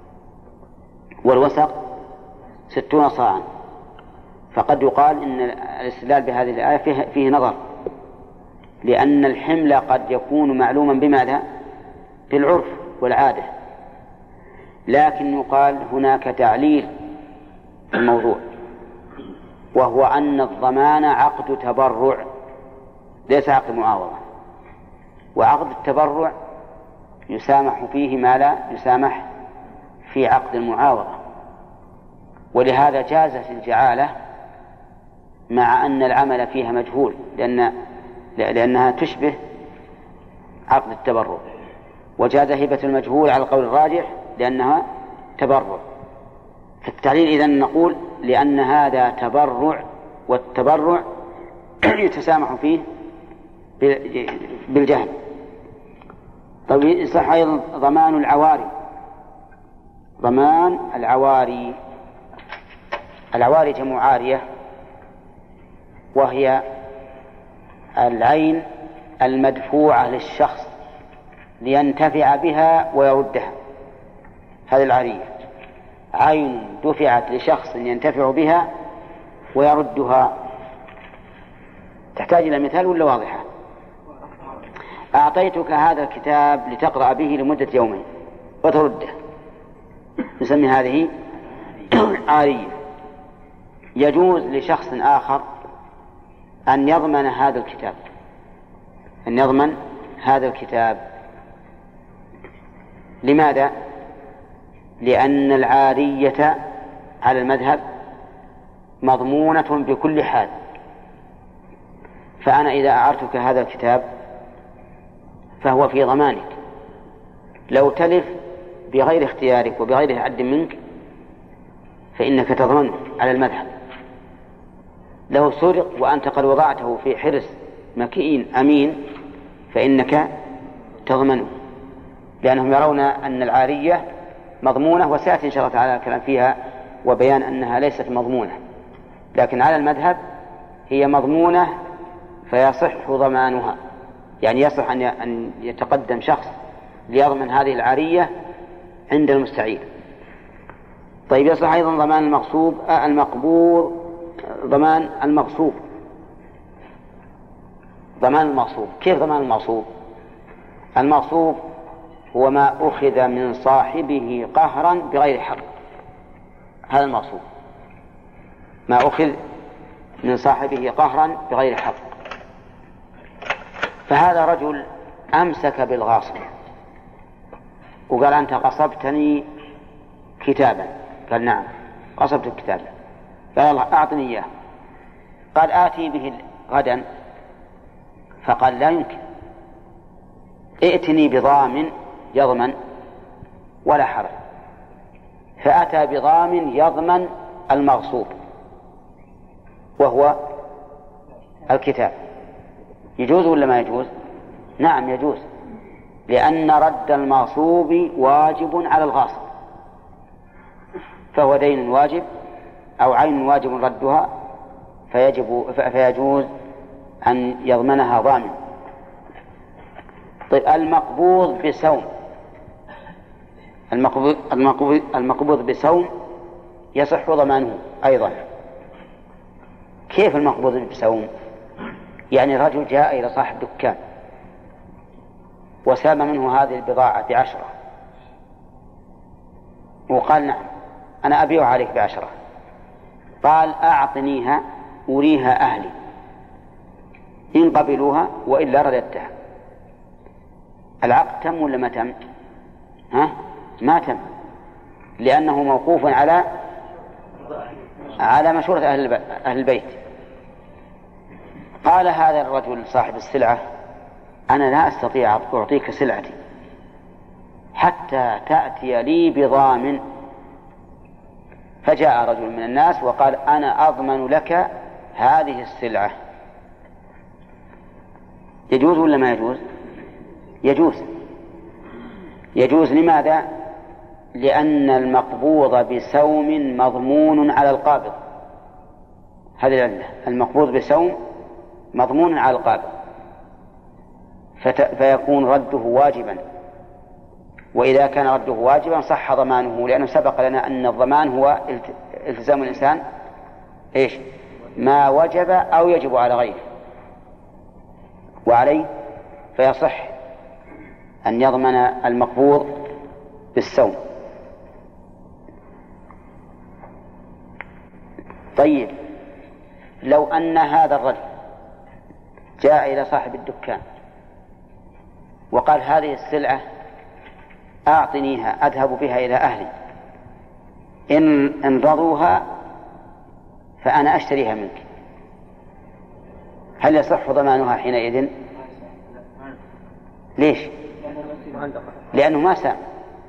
Speaker 1: والوسق 60 صاعا. فقد يقال إن الاستدلال بهذه الآية فيه نظر، لأن الحمل قد يكون معلوما بماذا؟ بالعرف والعادة، لكن يقال هناك تعليل في الموضوع، وهو أن الضمان عقد تبرع ليس عقد معاوضة، وعقد التبرع يسامح فيه ما لا يسامح في عقد المعاوضة، ولهذا جازت الجعالة مع أن العمل فيها مجهول، لأنها تشبه عقد التبرع، وجاز هبة المجهول على القول الراجح لأنها تبرع. فالتعليل إذن نقول لأن هذا تبرع، والتبرع يتسامح فيه بالجهل. طيب يصح أيضا ضمان العواري. ضمان العواري جمع عارية، وهي العين المدفوعة للشخص لينتفع بها ويردها. هذه العارية عين دفعت لشخص ينتفع بها ويردها. تحتاج إلى مثال ولا واضحة؟ أعطيتك هذا الكتاب لتقرأ به لمدة 2 يوم وترده، نسمي هذه عارية. يجوز لشخص آخر أن يضمن هذا الكتاب. لماذا؟ لأن العارية على المذهب مضمونة بكل حال، فأنا إذا أعرتك هذا الكتاب فهو في ضمانك، لو تلف بغير اختيارك وبغير حد منك فإنك تضمنه على المذهب. لو سرق وأنت قد وضعته في حرص مكين أمين فإنك تضمنه، لأنهم يرون أن العارية مضمونة، وسيأتي إن شاء الله تعالى الكلام فيها وبيان أنها ليست مضمونة، لكن على المذهب هي مضمونة فيصح ضمانها. يعني يصح أن يتقدم شخص ليضمن هذه العارية عند المستعير. طيب يصح أيضا ضمان المقبوض. ضمان المغصوب. كيف ضمان المغصوب؟ المغصوب هو ما أخذ من صاحبه قهرا بغير حق، هذا المغصوب، ما أخذ من صاحبه قهرا بغير حق. فهذا رجل أمسك بالغاصب وقال أنت غصبتني كتابا، قال نعم غصبت كتابا، قال الله أعطني إياه، قال آتي به غدا، فقال لا يمكن، ائتني بضامن يضمن ولا حرج، فأتى بضامن يضمن المغصوب وهو الكتاب، يجوز ولا ما يجوز؟ نعم يجوز، لأن رد المغصوب واجب على الغاصب، فهو دين واجب أو عين واجب ردها، فيجوز أن يضمنها ضامن. طيب المقبوض بسوم، المقبوض بسوم يصح ضمانه أيضا. كيف المقبوض بسوم؟ يعني رجل جاء إلى صاحب دكان وسام منه هذه البضاعة ب10، وقال نعم أنا أبيع عليك ب10، قال أعطنيها أريها أهلي، إن قبلوها وإلا رددتها. العقد تم ولا ما تم؟ ما تم، لأنه موقوف على مشورة أهل البيت. قال هذا الرجل صاحب السلعة أنا لا أستطيع أن أعطيك سلعتي حتى تأتي لي بضامن. فجاء رجل من الناس وقال أنا أضمن لك هذه السلعة. يجوز ولا ما يجوز؟ يجوز. يجوز لماذا؟ لأن المقبوض بسوم مضمون على القابض، هذه العلة، المقبوض بسوم مضمون على القابض، فيكون رده واجبا، وإذا كان رده واجبا صح ضمانه، لأنه سبق لنا أن الضمان هو التزام الإنسان ما وجب أو يجب على غيره، وعليه فيصح أن يضمن المقبوض بالسوم. طيب لو أن هذا الرجل جاء إلى صاحب الدكان وقال هذه السلعة أعطنيها أذهب بها إلى أهلي، إن رضوها فأنا أشتريها منك، هل يصح ضمانها حينئذ؟ ليش؟ لأنه ما سام.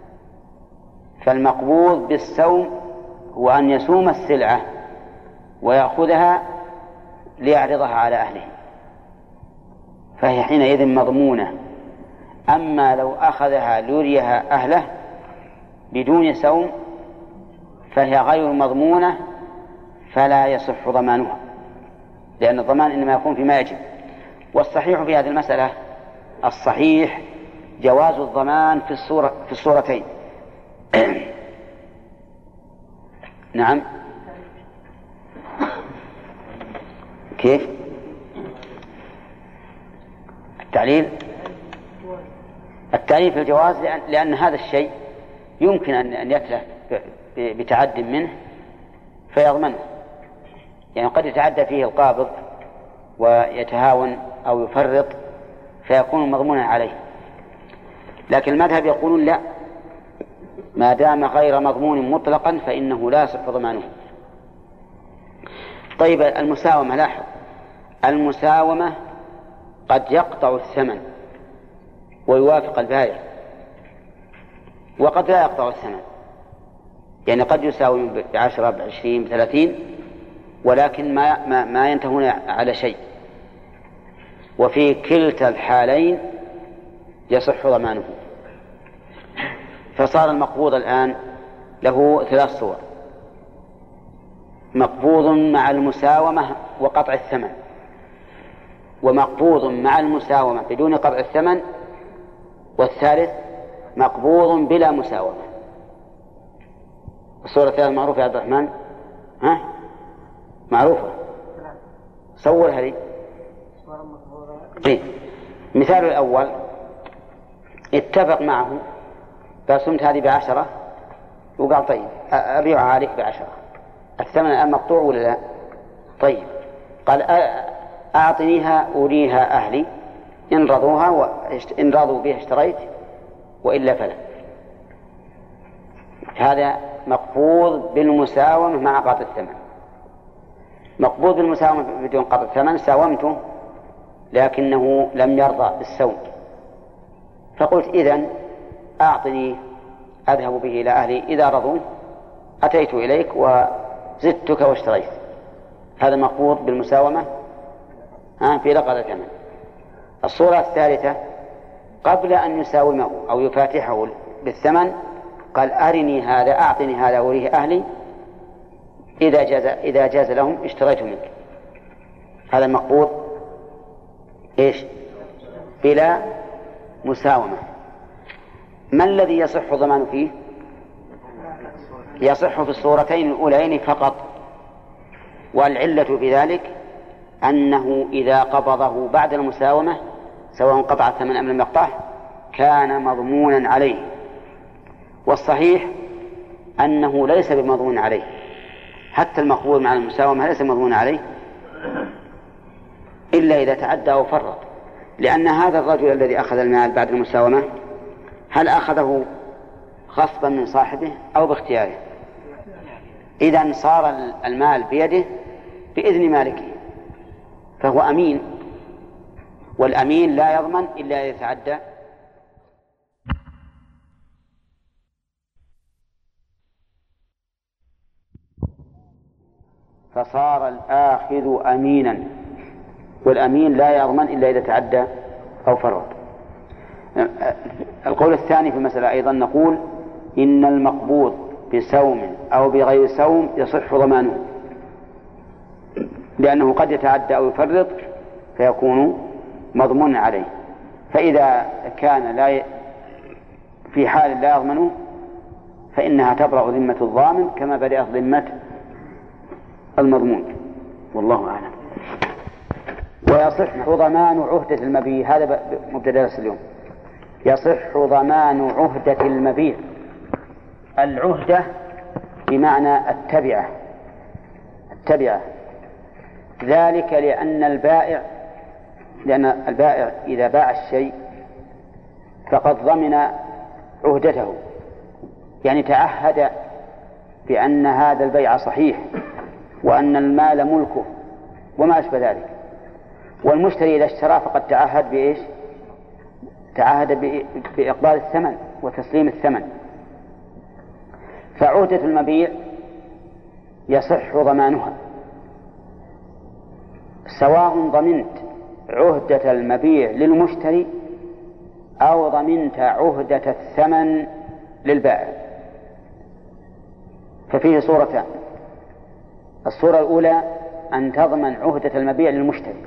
Speaker 1: فالمقبوض بالسوم هو أن يسوم السلعة ويأخذها ليعرضها على أهله، فهي حينئذ مضمونة. أما لو أخذها ليريها أهله بدون سوم فهي غير مضمونة، فلا يصح ضمانها، لأن الضمان إنما يكون فيما يجب. والصحيح في هذه المسألة، الصحيح جواز الضمان في الصورتين. نعم. كيف؟ التعليل في الجواز لأن هذا الشيء يمكن أن يتلف بتعد منه فيضمنه، يعني قد يتعدى فيه القابض ويتهاون أو يفرط فيكون مضمونا عليه. لكن المذهب يقولون لا، ما دام غير مضمون مطلقا فإنه لا يصح ضمانه. طيب المساومة، لاحظ المساومة قد يقطع الثمن ويوافق البائع، وقد لا يقطع الثمن، يعني قد يساوي ب10 ب20 ب30 ولكن ما ينتهون على شيء، وفي كلتا الحالين يصح ضمانه. فصار المقبوض الآن له 3 صور: مقبوض مع المساومة وقطع الثمن، ومقبوض مع المساومة بدون قطع الثمن، والثالث مقبوض بلا مساومة. الصورة الثالثة معروفة يا عبد الرحمن؟ معروفة، صورها لي. مثال الأول: اتفق معه قال سمت هذه ب10 وقال طيب أبيعها عليك ب10، الثمن الآن مقطوع ولا لا؟ طيب قال أعطنيها أريها أهلي، إن رضوا بها اشتريت وإلا فلا. هذا مقبوض بالمساومة مع قطع الثمن. مقبوض بالمساومة بدون قطع الثمن: ساومته لكنه لم يرضى بالسوم، فقلت إذن أعطني أذهب به إلى أهلي، إذا رضوا أتيت إليك وزدتك واشتريت. هذا مقبوض بالمساومة في رقبة ثمن. الصورة الثالثة قبل أن يساومه أو يفاتحه بالثمن قال أرني هذا، أعطني هذا أوريه أهلي، إذا جاز لهم اشتريت منك. هذا مقبوض إيش؟ بلا مساومة. ما الذي يصح ضمان فيه؟ يصح في الصورتين الأولين فقط، والعلة في ذلك أنه إذا قبضه بعد المساومة سواء قطع الثمن أم لم يقطعه كان مضمونا عليه، والصحيح أنه ليس بمضمون عليه، حتى المقبول مع المساومة ليس مضمون عليه إلا إذا تعدى أو فرط، لأن هذا الرجل الذي أخذ المال بعد المساومة هل أخذه غصبا من صاحبه أو باختياره؟ إذا صار المال بيده بإذن مالكه، فهو أمين، والأمين لا يضمن إلا إذا يتعدى. فصار الآخذ أمينا، والأمين لا يضمن إلا إذا تعدى أو فرط. القول الثاني في المسألة أيضا نقول إن المقبوض بسوم أو بغير سوم يصح ضمانه، لأنه قد يتعدى أو يفرط فيكون مضمون عليه. فإذا كان في حال لا يضمنه فإنها تبرأ ذمة الضامن كما بدأت ذمة المضمون، والله أعلم. ويصح ضمان عهدة المبيع، هذا مبتدأ درس اليوم. يصح ضمان عهدة المبيع. العهدة بمعنى التبعة، ذلك لأن البائع إذا باع الشيء فقد ضمن عهدته، يعني تعهد بأن هذا البيع صحيح وأن المال ملكه وما أشبه ذلك. والمشتري إذا اشترى فقد تعهد بإيش؟ تعهد بإقبال الثمن وتسليم الثمن. فعهدة المبيع يصح ضمانها سواء ضمنت عهدة المبيع للمشتري أو ضمنت عهدة الثمن للبائع. ففيه صورتان: الصورة الأولى أن تضمن عهدة المبيع للمشتري،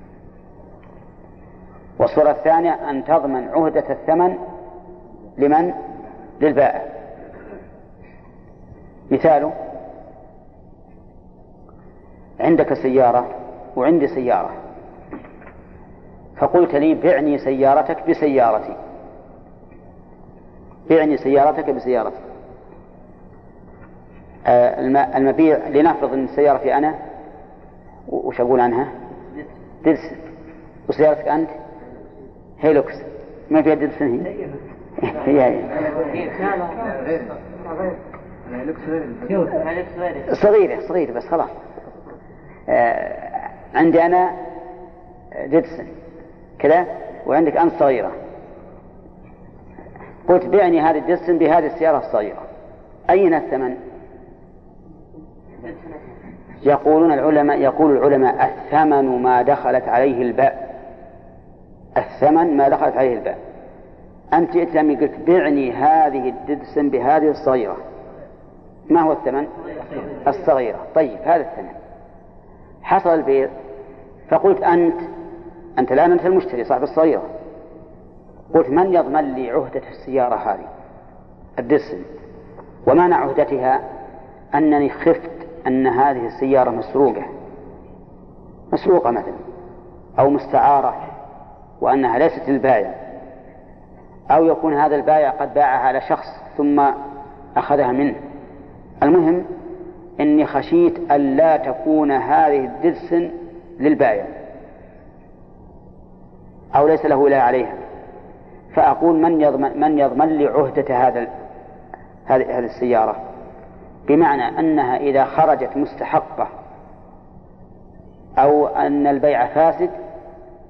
Speaker 1: والصورة الثانية أن تضمن عهدة الثمن لمن؟ للبائع. مثاله: عندك سيارة وعندي سيارة، فقلت لي بعني سيارتك بسيارتي، بعني سيارتك بسيارتي. المبيع لنفرض أن سيارتي أنا وش أقول عنها؟ ديدسن، وسيارتك أنت هيلوكس، ما فيها ديدسن هي صغيرة بس خلاص. عندي أنا ديدسن كذا وعندك أنت صغيرة، قلت بعني هذه الديدسن بهذه السيارة الصغيرة، أين الثمن؟ يقول العلماء الثمن ما دخلت عليه الباء، الثمن ما دخلت عليه الباء. أنت جئت لم قلت بعني هذه الديدسن بهذه الصغيرة، ما هو الثمن؟ الصغيرة. طيب هذا الثمن. حصل البيع فقلت أنت الآن أنت المشتري صاحب الصغيرة، قلت من يضمن لي عهدة السيارة هذه الديدسن؟ ومعنى عهدتها أنني خفت أن هذه السيارة مسروقة مثلا أو مستعارة وأنها ليست للبائع، أو يكون هذا البائع قد باعها على شخص ثم أخذها منه. المهم إني خشيت أن لا تكون هذه الديدسن للبائع أو ليس له ولاية عليها، فأقول من يضمن لي عهدة هذه السيارة، بمعنى أنها إذا خرجت مستحقة أو أن البيع فاسد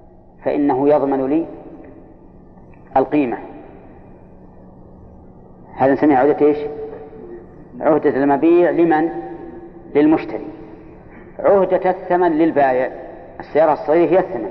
Speaker 1: فإنه يضمن لي القيمة. هذا نسميه عهدة إيش؟ عهدة المبيع لمن؟ للمشتري. عهدة الثمن للبائع، السيارة الصغيرة هي الثمن.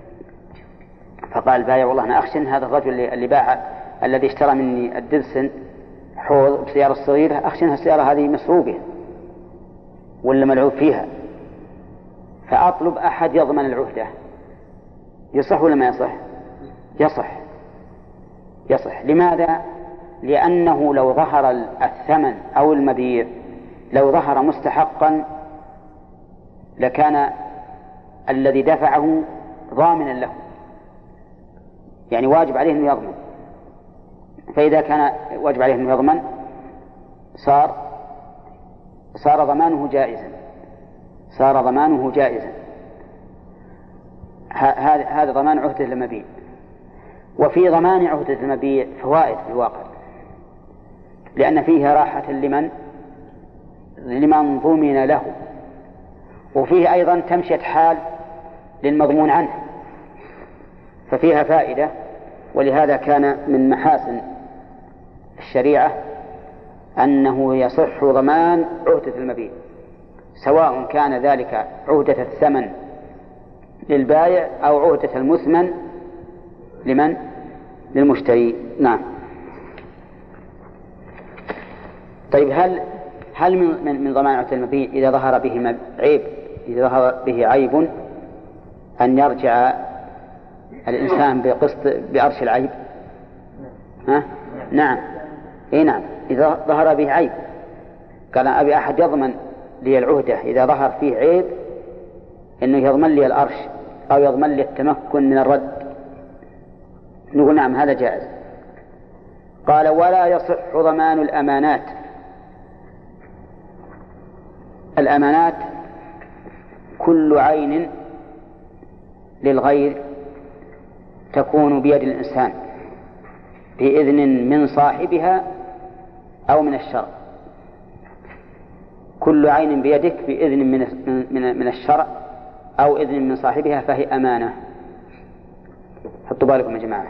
Speaker 1: فقال البائع والله أنا أخشى أن هذا الرجل اللي باع الذي اشترى مني الدرسن حوض بسيارة الصغيرة، أخشى أن السيارة هذه مسروقة ولا ملعوب فيها، فأطلب أحد يضمن العهدة. يصح ولا ما يصح؟ يصح. يصح. لماذا؟ لأنه لو ظهر الثمن أو المبيع لو ظهر مستحقا لكان الذي دفعه ضامنا له، يعني واجب عليه أن يضمن. فإذا كان واجب عليه أن يضمن صار ضمانه جائزا، صار ضمانه جائزا. هذا ضمان عهدة المبيع. وفي ضمان عهدة المبيع فوائد في الواقع، لأن فيها راحة لمن ضمن له، وفيه أيضا تمشية حال للمضمون عنه، ففيها فائدة. ولهذا كان من محاسن الشريعة أنه يصح ضمان عهدة المبيع، سواء كان ذلك عهدة الثمن للبائع أو عهدة المثمن لمن؟ للمشتري. نعم. طيب هل من ضمان عهدة المبيع إذا ظهر به عيب، إذا ظهر به عيب أن يرجع الإنسان بأرش العيب؟ نعم. نعم. إذا ظهر به عيب قال أبي أحد يضمن لي العهدة إذا ظهر فيه عيب إنه يضمن لي الأرش أو يضمن لي التمكن من الرد، نقول نعم هذا جائز. قال ولا يصح ضمان الأمانات. الأمانات كل عين للغير تكون بيد الإنسان بإذن من صاحبها أو من الشرع. كل عين بيدك بإذن من الشرع أو إذن من صاحبها فهي أمانة. حطوا بالكم يا جماعة،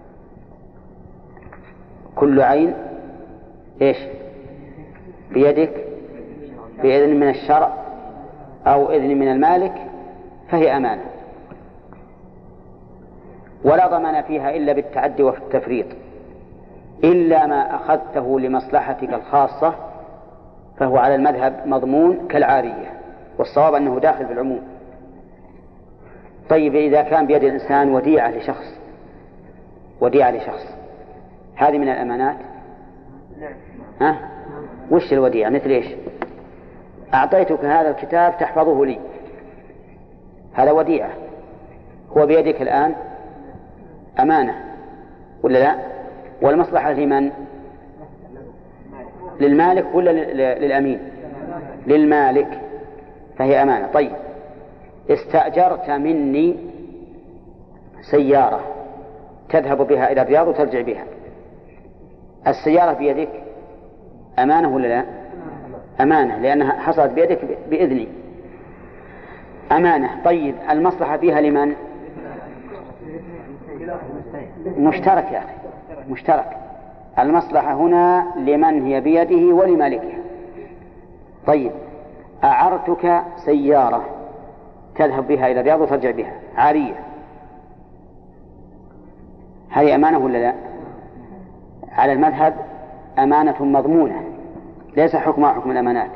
Speaker 1: كل عين إيش بيدك بإذن من الشرع أو إذن من المالك فهي أمانة، ولا ضمان فيها إلا بالتعدي والتفريط، إلا ما أخذته لمصلحتك الخاصة فهو على المذهب مضمون كالعارية، والصواب أنه داخل في العموم. طيب إذا كان بيد الإنسان وديعة لشخص هذه من الأمانات؟ وش الوديعة؟ مثل إيش؟ أعطيتك هذا الكتاب تحفظه لي، هذا وديعة، هو بيدك الآن أمانة ولا لا؟ والمصلحة لمن؟ للمالك ولا للأمين؟ للمالك، فهي أمانة. طيب استأجرت مني سيارة تذهب بها إلى الرياض وترجع بها، السيارة بيدك أمانة ولا لا؟ أمانة، لأنها حصلت بيدك بإذني، أمانة. طيب المصلحة فيها لمن؟ مشترك يا أخي، مشترك. المصلحة هنا لمن هي بيده ولمالكها. طيب أعرتك سيارة تذهب بها إلى الرياض وترجع بها عارية، هذه أمانة ولا لا؟ على المذهب أمانة مضمونة، ليس حكمها حكم الأمانات.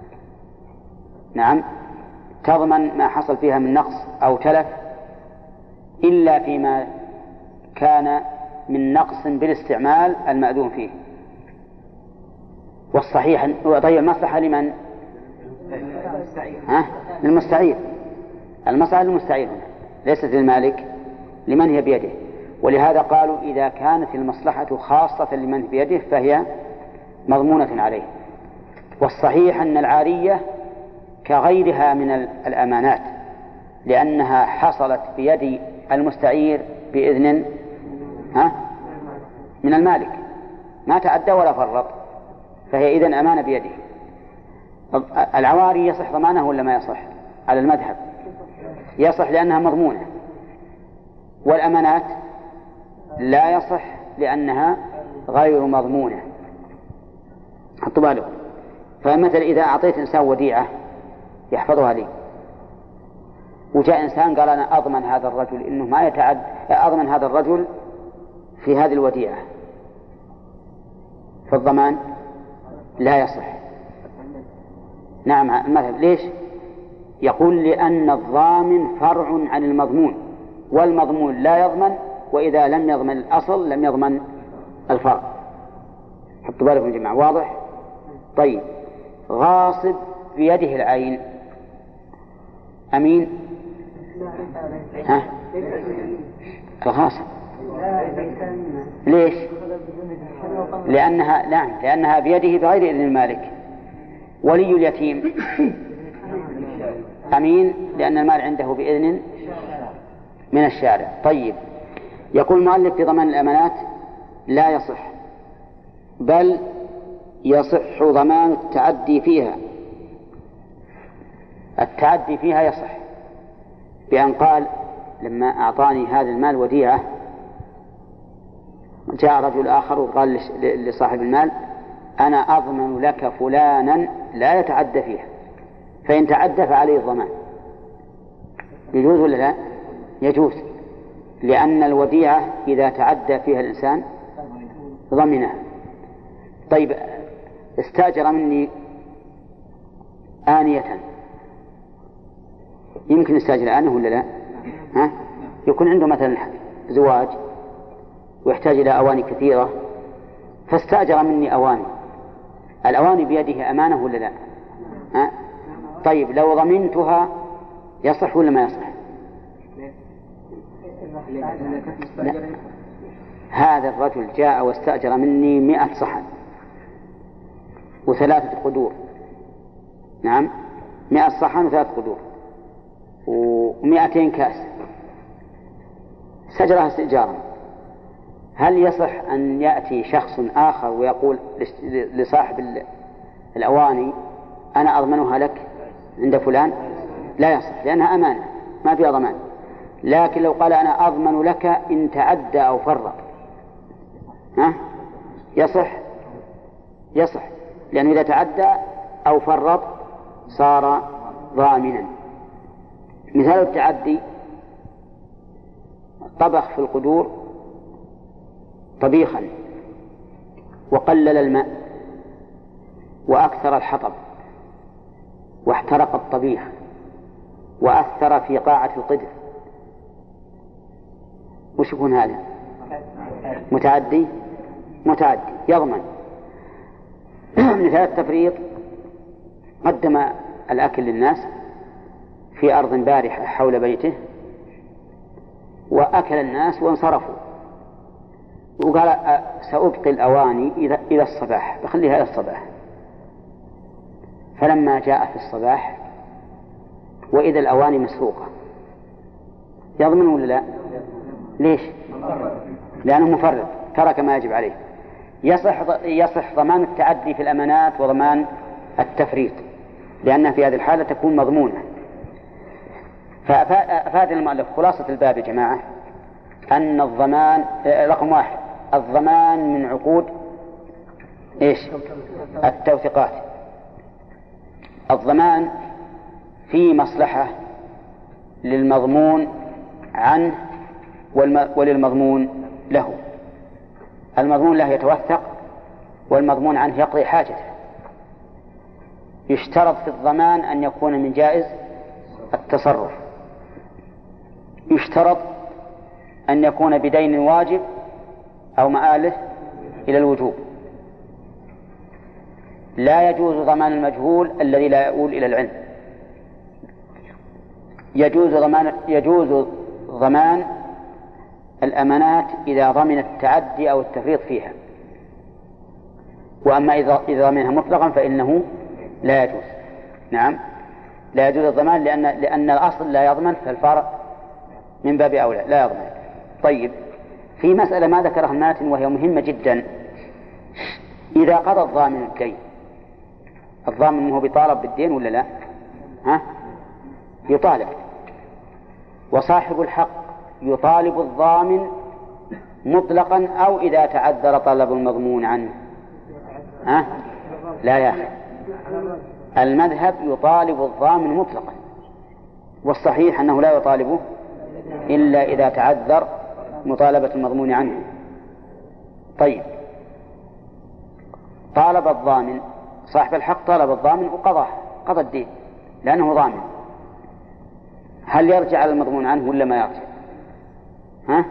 Speaker 1: نعم، تضمن ما حصل فيها من نقص أو تلف إلا فيما كان من نقص بالاستعمال المأذون فيه. والصحيح طيب المصلحة لمن؟ للمستعير، المصلحة للمستعير هنا ليست للمالك، لمن هي بيده. ولهذا قالوا إذا كانت المصلحة خاصة لمن بيده فهي مضمونة عليه. والصحيح أن العارية كغيرها من الأمانات، لأنها حصلت بيد المستعير بإذن من المالك، ما تعدى ولا فرط، فهي إذن أمانة بيده. العواري يصح ضمانه ولا ما يصح؟ على المذهب يصح لأنها مضمونة، والأمانات لا يصح لأنها غير مضمونة. حطوا بالكم. فمثلا إذا أعطيت إنسان وديعة يحفظها لي، وجاء إنسان قال أنا أضمن هذا الرجل إنه ما يتعد، أضمن هذا الرجل في هذه الوديعة، فالضمان لا يصح. نعم المذهب ليش؟ يقول لأن الضامن فرع عن المضمون، والمضمون لا يضمن، وإذا لم يضمن الأصل لم يضمن الفرع. حطوا بالكم يا جماعة، واضح؟ طيب، غاصب بيده العين أمين؟ ها؟ الغاصب ليش؟ لأنها بيده بغير إذن المالك. ولي اليتيم أمين لأن المال عنده بإذن من الشارع. طيب، يقول المؤلف في ضمان الأمانات لا يصح، بل يصح ضمان التعدي فيها. التعدي فيها يصح بأن قال لما أعطاني هذا المال وديعة، جاء رجل آخر وقال لصاحب المال أنا أضمن لك فلانا لا يتعدى فيها، فإن تعدى فعليه الضمان. يجوز ولا لا؟ يجوز، لأن الوديعة إذا تعدى فيها الإنسان ضمنها. طيب، استأجر مني آنية، يمكن يستأجر آنه ولا لا؟ ها؟ يكون عنده مثلا زواج ويحتاج إلى أواني كثيرة، فاستأجر مني أواني، الأواني بيده أمانة ولا لا؟ ها؟ طيب، لو ضمنتها يصح ولا ما يصح؟ لا. هذا الرجل جاء واستأجر مني 100 صحن و3 قدور، نعم 100 صحن و3 قدور و200 كاس، استأجرها استئجارا. هل يصح أن يأتي شخص آخر ويقول لصاحب الأواني أنا أضمنها لك عند فلان؟ لا يصح، لأنها أمانة ما فيها ضمان. لكن لو قال أنا أضمن لك إن تعدى أو فرط، ها؟ يصح، لأنه إذا تعدى أو فرط صار ضامنا. مثال التعدي: طبخ في القدور طبيخا وقلل الماء وأكثر الحطب واحترق الطبيخ وأثر في قاعة القدر، وش يكون هذا؟ متعدي يضمن. مثال التفريط: قدم الأكل للناس في أرض بارحة حول بيته وأكل الناس وانصرفوا، وقال سأبقي الأواني إلى الصباح، بخليها إلى الصباح. فلما جاء في الصباح وإذا الأواني مسروقة، يضمن ولا لا؟ ليش؟ لأنه مفرط، ترك ما يجب عليه. يصح ضمان التعدي في الأمانات وضمان التفريط، لأنها في هذه الحالة تكون مضمونة. فأفادنا المؤلف خلاصة الباب يا جماعة أن الضمان رقم 1: الضمان من عقود التوثيقات. الضمان في مصلحة للمضمون عنه وللمضمون له. المضمون له يتوثق والمضمون عنه يقضي حاجته. يشترط في الضمان أن يكون من جائز التصرف، يشترط أن يكون بدين واجب أو مآله إلى الوجوب. لا يجوز ضمان المجهول الذي لا يؤول إلى العلم. يجوز ضمان الأمانات إذا ضمن التعدي أو التفريط فيها، وأما إذا ضمنها مطلقا فإنه لا يجوز. نعم، لا يجوز الضمان لأن الأصل لا يضمن، فالفرع من باب أولى لا يضمن. طيب، في مسألة ما ذكرها الماتن وهي مهمة جدا: إذا قضى الضامن الدين، الضامن هو بيطالب بالدين ولا لا؟ يطالب، وصاحب الحق يطالب الضامن مطلقا أو إذا تعذر طلب المضمون عنه لا يا أخي، المذهب يطالب الضامن مطلقا، والصحيح أنه لا يطالبه إلا إذا تعذر مطالبة المضمون عنه. طيب، طالب الضامن، صاحب الحق طالب الضامن وقضى الدين لأنه ضامن، هل يرجع على المضمون عنه ولا ما يرجع؟ ها؟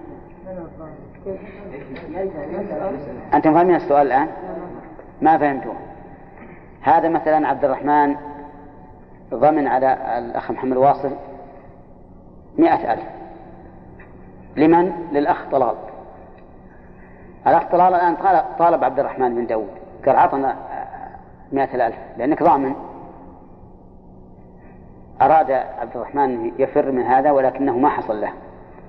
Speaker 1: أنتم فاهمين السؤال الآن؟ ما فهمتوه. هذا مثلا عبد الرحمن ضمن على الأخ محمد واصل 100,000. لمن؟ للأخ طلال. الأخ طلال الآن طالب عبد الرحمن بن داود، قال عطنا 100,000 لأنك ضامن. أراد عبد الرحمن يفر من هذا ولكنه ما حصل له،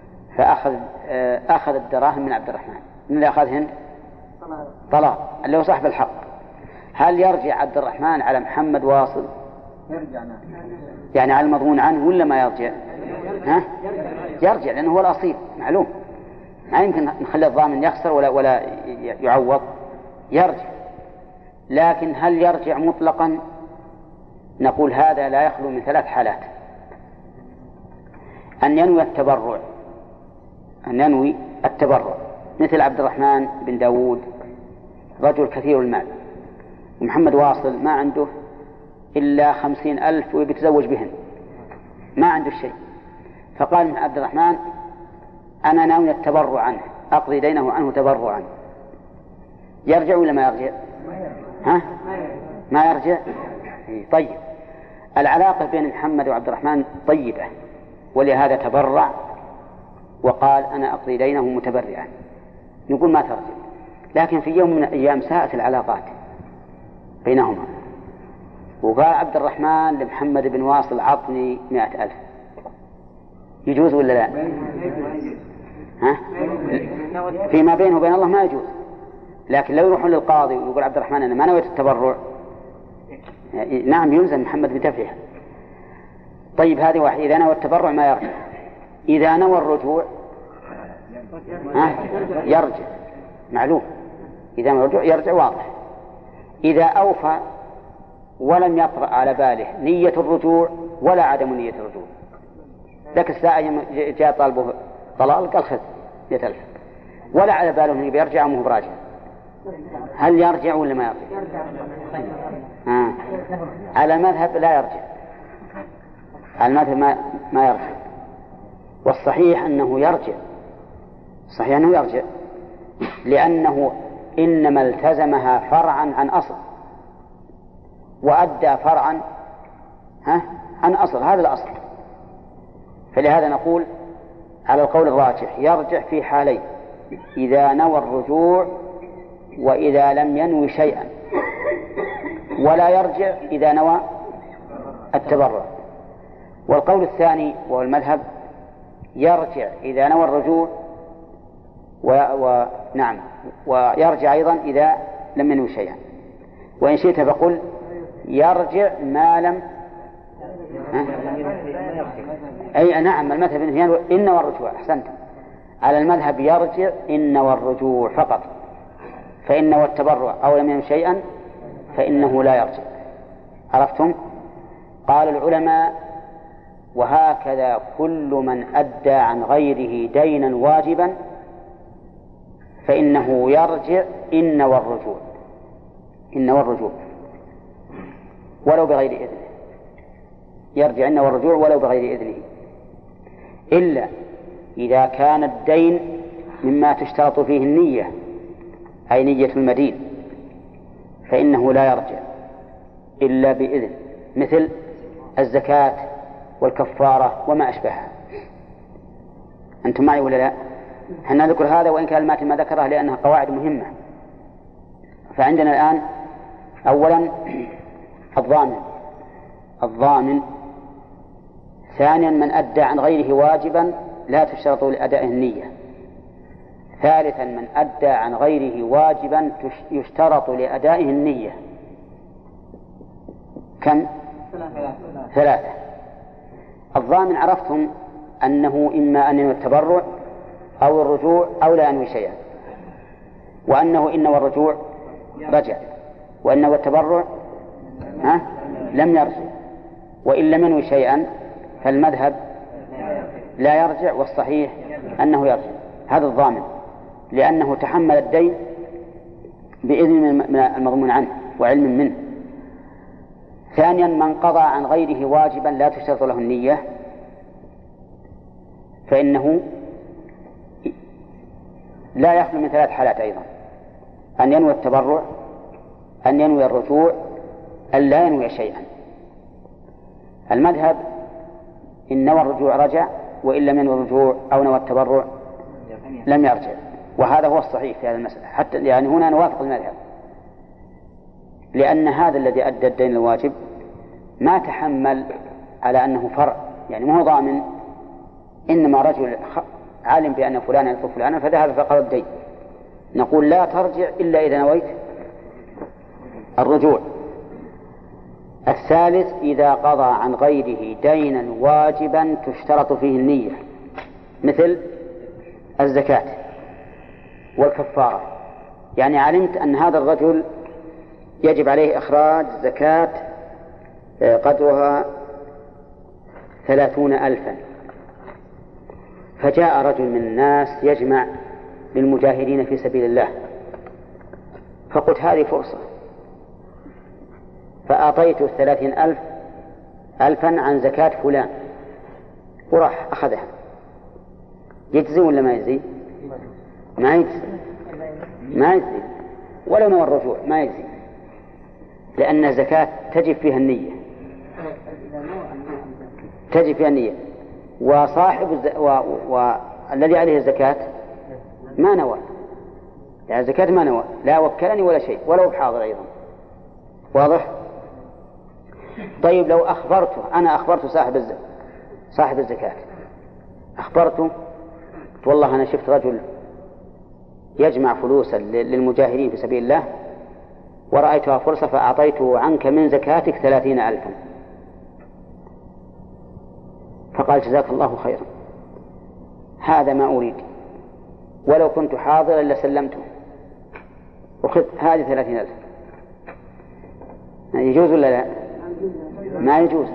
Speaker 1: فأخذ الدراهم من عبد الرحمن. من اللي أخذهن؟ طلال اللي هو صاحب الحق. هل يرجع عبد الرحمن على محمد واصل؟ يعني على المضمون عنه ولا ما يرجع؟ ها؟ يرجع لأنه هو الأصيل معلوم، ما يمكن نخلي الضامن يخسر ولا يعوض، يرجع. لكن هل يرجع مطلقا؟ نقول هذا لا يخلو من 3 حالات: أن ينوي التبرع، مثل عبد الرحمن بن داود رجل كثير المال، ومحمد واصل ما عنده إلا 50,000 ويتزوج بهن، ما عنده شيء، فقال من عبد الرحمن أنا ناوي التبرع عنه، أقضي دينه عنه تبرعا. يرجع ولا ما يرجع؟ ها؟ ما يرجع. طيب، العلاقة بين محمد وعبد الرحمن طيبة، ولهذا تبرع وقال أنا أقضي دينه متبرعا، نقول ما ترجع. لكن في يوم من الأيام ساءت العلاقات بينهما، وقال عبد الرحمن لمحمد بن واصل عطني 100,000، يجوز ولا لا؟ ها؟ فيما بينه وبين الله ما يجوز، لكن لو يروحون للقاضي ويقول عبد الرحمن أنا ما نويت التبرع، نعم يلزم محمد بدفعها. طيب، هذه واحد. إذا نوى التبرع ما يرجع. إذا نوى الرجوع يرجع، معلوم. إذا نوى الرجوع يرجع، واضح. إذا أوفى ولم يطرأ على باله نية الرجوع ولا عدم نية الرجوع، ذاك الساعة جاء طالبه طلال قال خذ 100,000، ولا على باله أنه بيرجع ومه براجع، هل يرجع ولا ما يرجع؟ على المذهب لا يرجع، على المذهب ما يرجع، والصحيح أنه يرجع، صحيح أنه يرجع، لأنه إنما التزمها فرعا عن أصل، وأدى فرعا عن أصل، هذا الأصل. فلهذا نقول على القول الراجح يرجع في حالين: إذا نوى الرجوع وإذا لم ينوي شيئا، ولا يرجع إذا نوى التبرع. والقول الثاني وهو المذهب يرجع إذا نوى الرجوع نعم، ويرجع أيضا إذا لم ينوي شيئا. وإن شئت فقل يرجع ما لم أي نعم، المذهب إن نوى الرجوع. أحسنت، على المذهب يرجع إن نوى الرجوع فقط، فإن نوى التبرع أو لم ينوي شيئا فإنه لا يرجع. عرفتم؟ قال العلماء: وهكذا كل من أدى عن غيره دينا واجبا فإنه يرجع إن نوى الرجوع ولو بغير إذنه، يرجع إن نوى الرجوع ولو بغير إذنه، إلا إذا كان الدين مما تشترط فيه النية، أي نية المدين، فإنه لا يرجع إلا بإذن، مثل الزكاة والكفارة وما أشبهها. أنتم معي ولا لا؟ حنا نذكر هذا وإن كان الماتن ما ذكرها لأنها قواعد مهمة. فعندنا الآن أولا الضامن، ثانيا من أدى عن غيره واجبا لا تشترط لأدائه النية، ثالثا من أدى عن غيره واجبا يشترط لأدائه النية. كم؟ 3. الضامن عرفتم أنه إما أن ينوي التبرع أو الرجوع أو لا ينوي شيئا، وأنه إن والرجوع رجع، وإن نوى التبرع لم يرجع، وإن لم ينوي شيئا فالمذهب لا يرجع، والصحيح أنه يرجع. هذا الضامن لأنه تحمل الدين بإذن من المضمون عنه وعلم منه. ثانيا من قضى عن غيره واجبا لا تشترط له النية فإنه لا يخلو من 3 حالات أيضا: أن ينوي التبرع، أن ينوي الرجوع، أن لا ينوي شيئا. المذهب إن نوى الرجوع رجع، وإن لم ينوي الرجوع أو نوى التبرع لم يرجع، وهذا هو الصحيح في هذه المسألة، حتى يعني هنا نوافق المذهب، لأن هذا الذي أدى الدين الواجب ما تحمل على أنه فرع، يعني ما هو ضامن، إنما رجل عالم بأن فلانا يطلب فلانا فذهب فقضى الدين، نقول لا ترجع إلا إذا نويت الرجوع. الثالث إذا قضى عن غيره دينا واجبا تشترط فيه النية، مثل الزكاة والكفارة، يعني علمت أن هذا الرجل يجب عليه إخراج زكاة قدرها 30,000، فجاء رجل من الناس يجمع للمجاهدين في سبيل الله، فقلت هذه فرصة، فأعطيته 30,000 عن زكاة فلان، وراح أخذها، يجزي ولا ما يجزي؟ ما يجزي ولو نوى الرجوع ما يجزي، لأن الزكاة تجب فيها النية، وصاحب والذي عليه الزكاة ما نوى، يعني الزكاة ما نوى، لا وكلني ولا شيء ولو بحاضر أيضا. واضح؟ طيب لو أخبرته، أنا أخبرت صاحب الزكاة، أخبرته والله أنا شفت رجل يجمع فلوسا للمجاهدين في سبيل الله ورأيتها فرصة فأعطيته عنك من زكاتك 30,000، فقال جزاك الله خيرا، هذا ما أريد، ولو كنت حاضرا لسلمته، وخذ هذه 30,000. يجوز ولا لا؟ ما يجوز،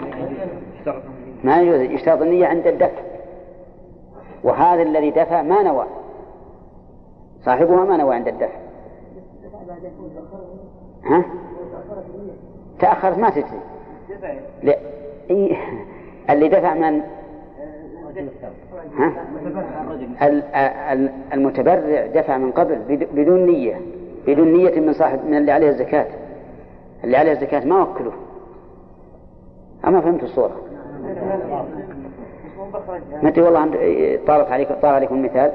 Speaker 1: يشترط النية عند الدفع، وهذا الذي دفع ما نوى، صاحبها ما نوى عند الدفع. تأخرت ما تجزي، لا اللي دفع من المتبرع دفع من قبل بدون نية من صاحب، من اللي عليه الزكاة، اللي عليه الزكاة ما وكله. أما فهمت الصورة؟ متى والله طال عليكم المثال.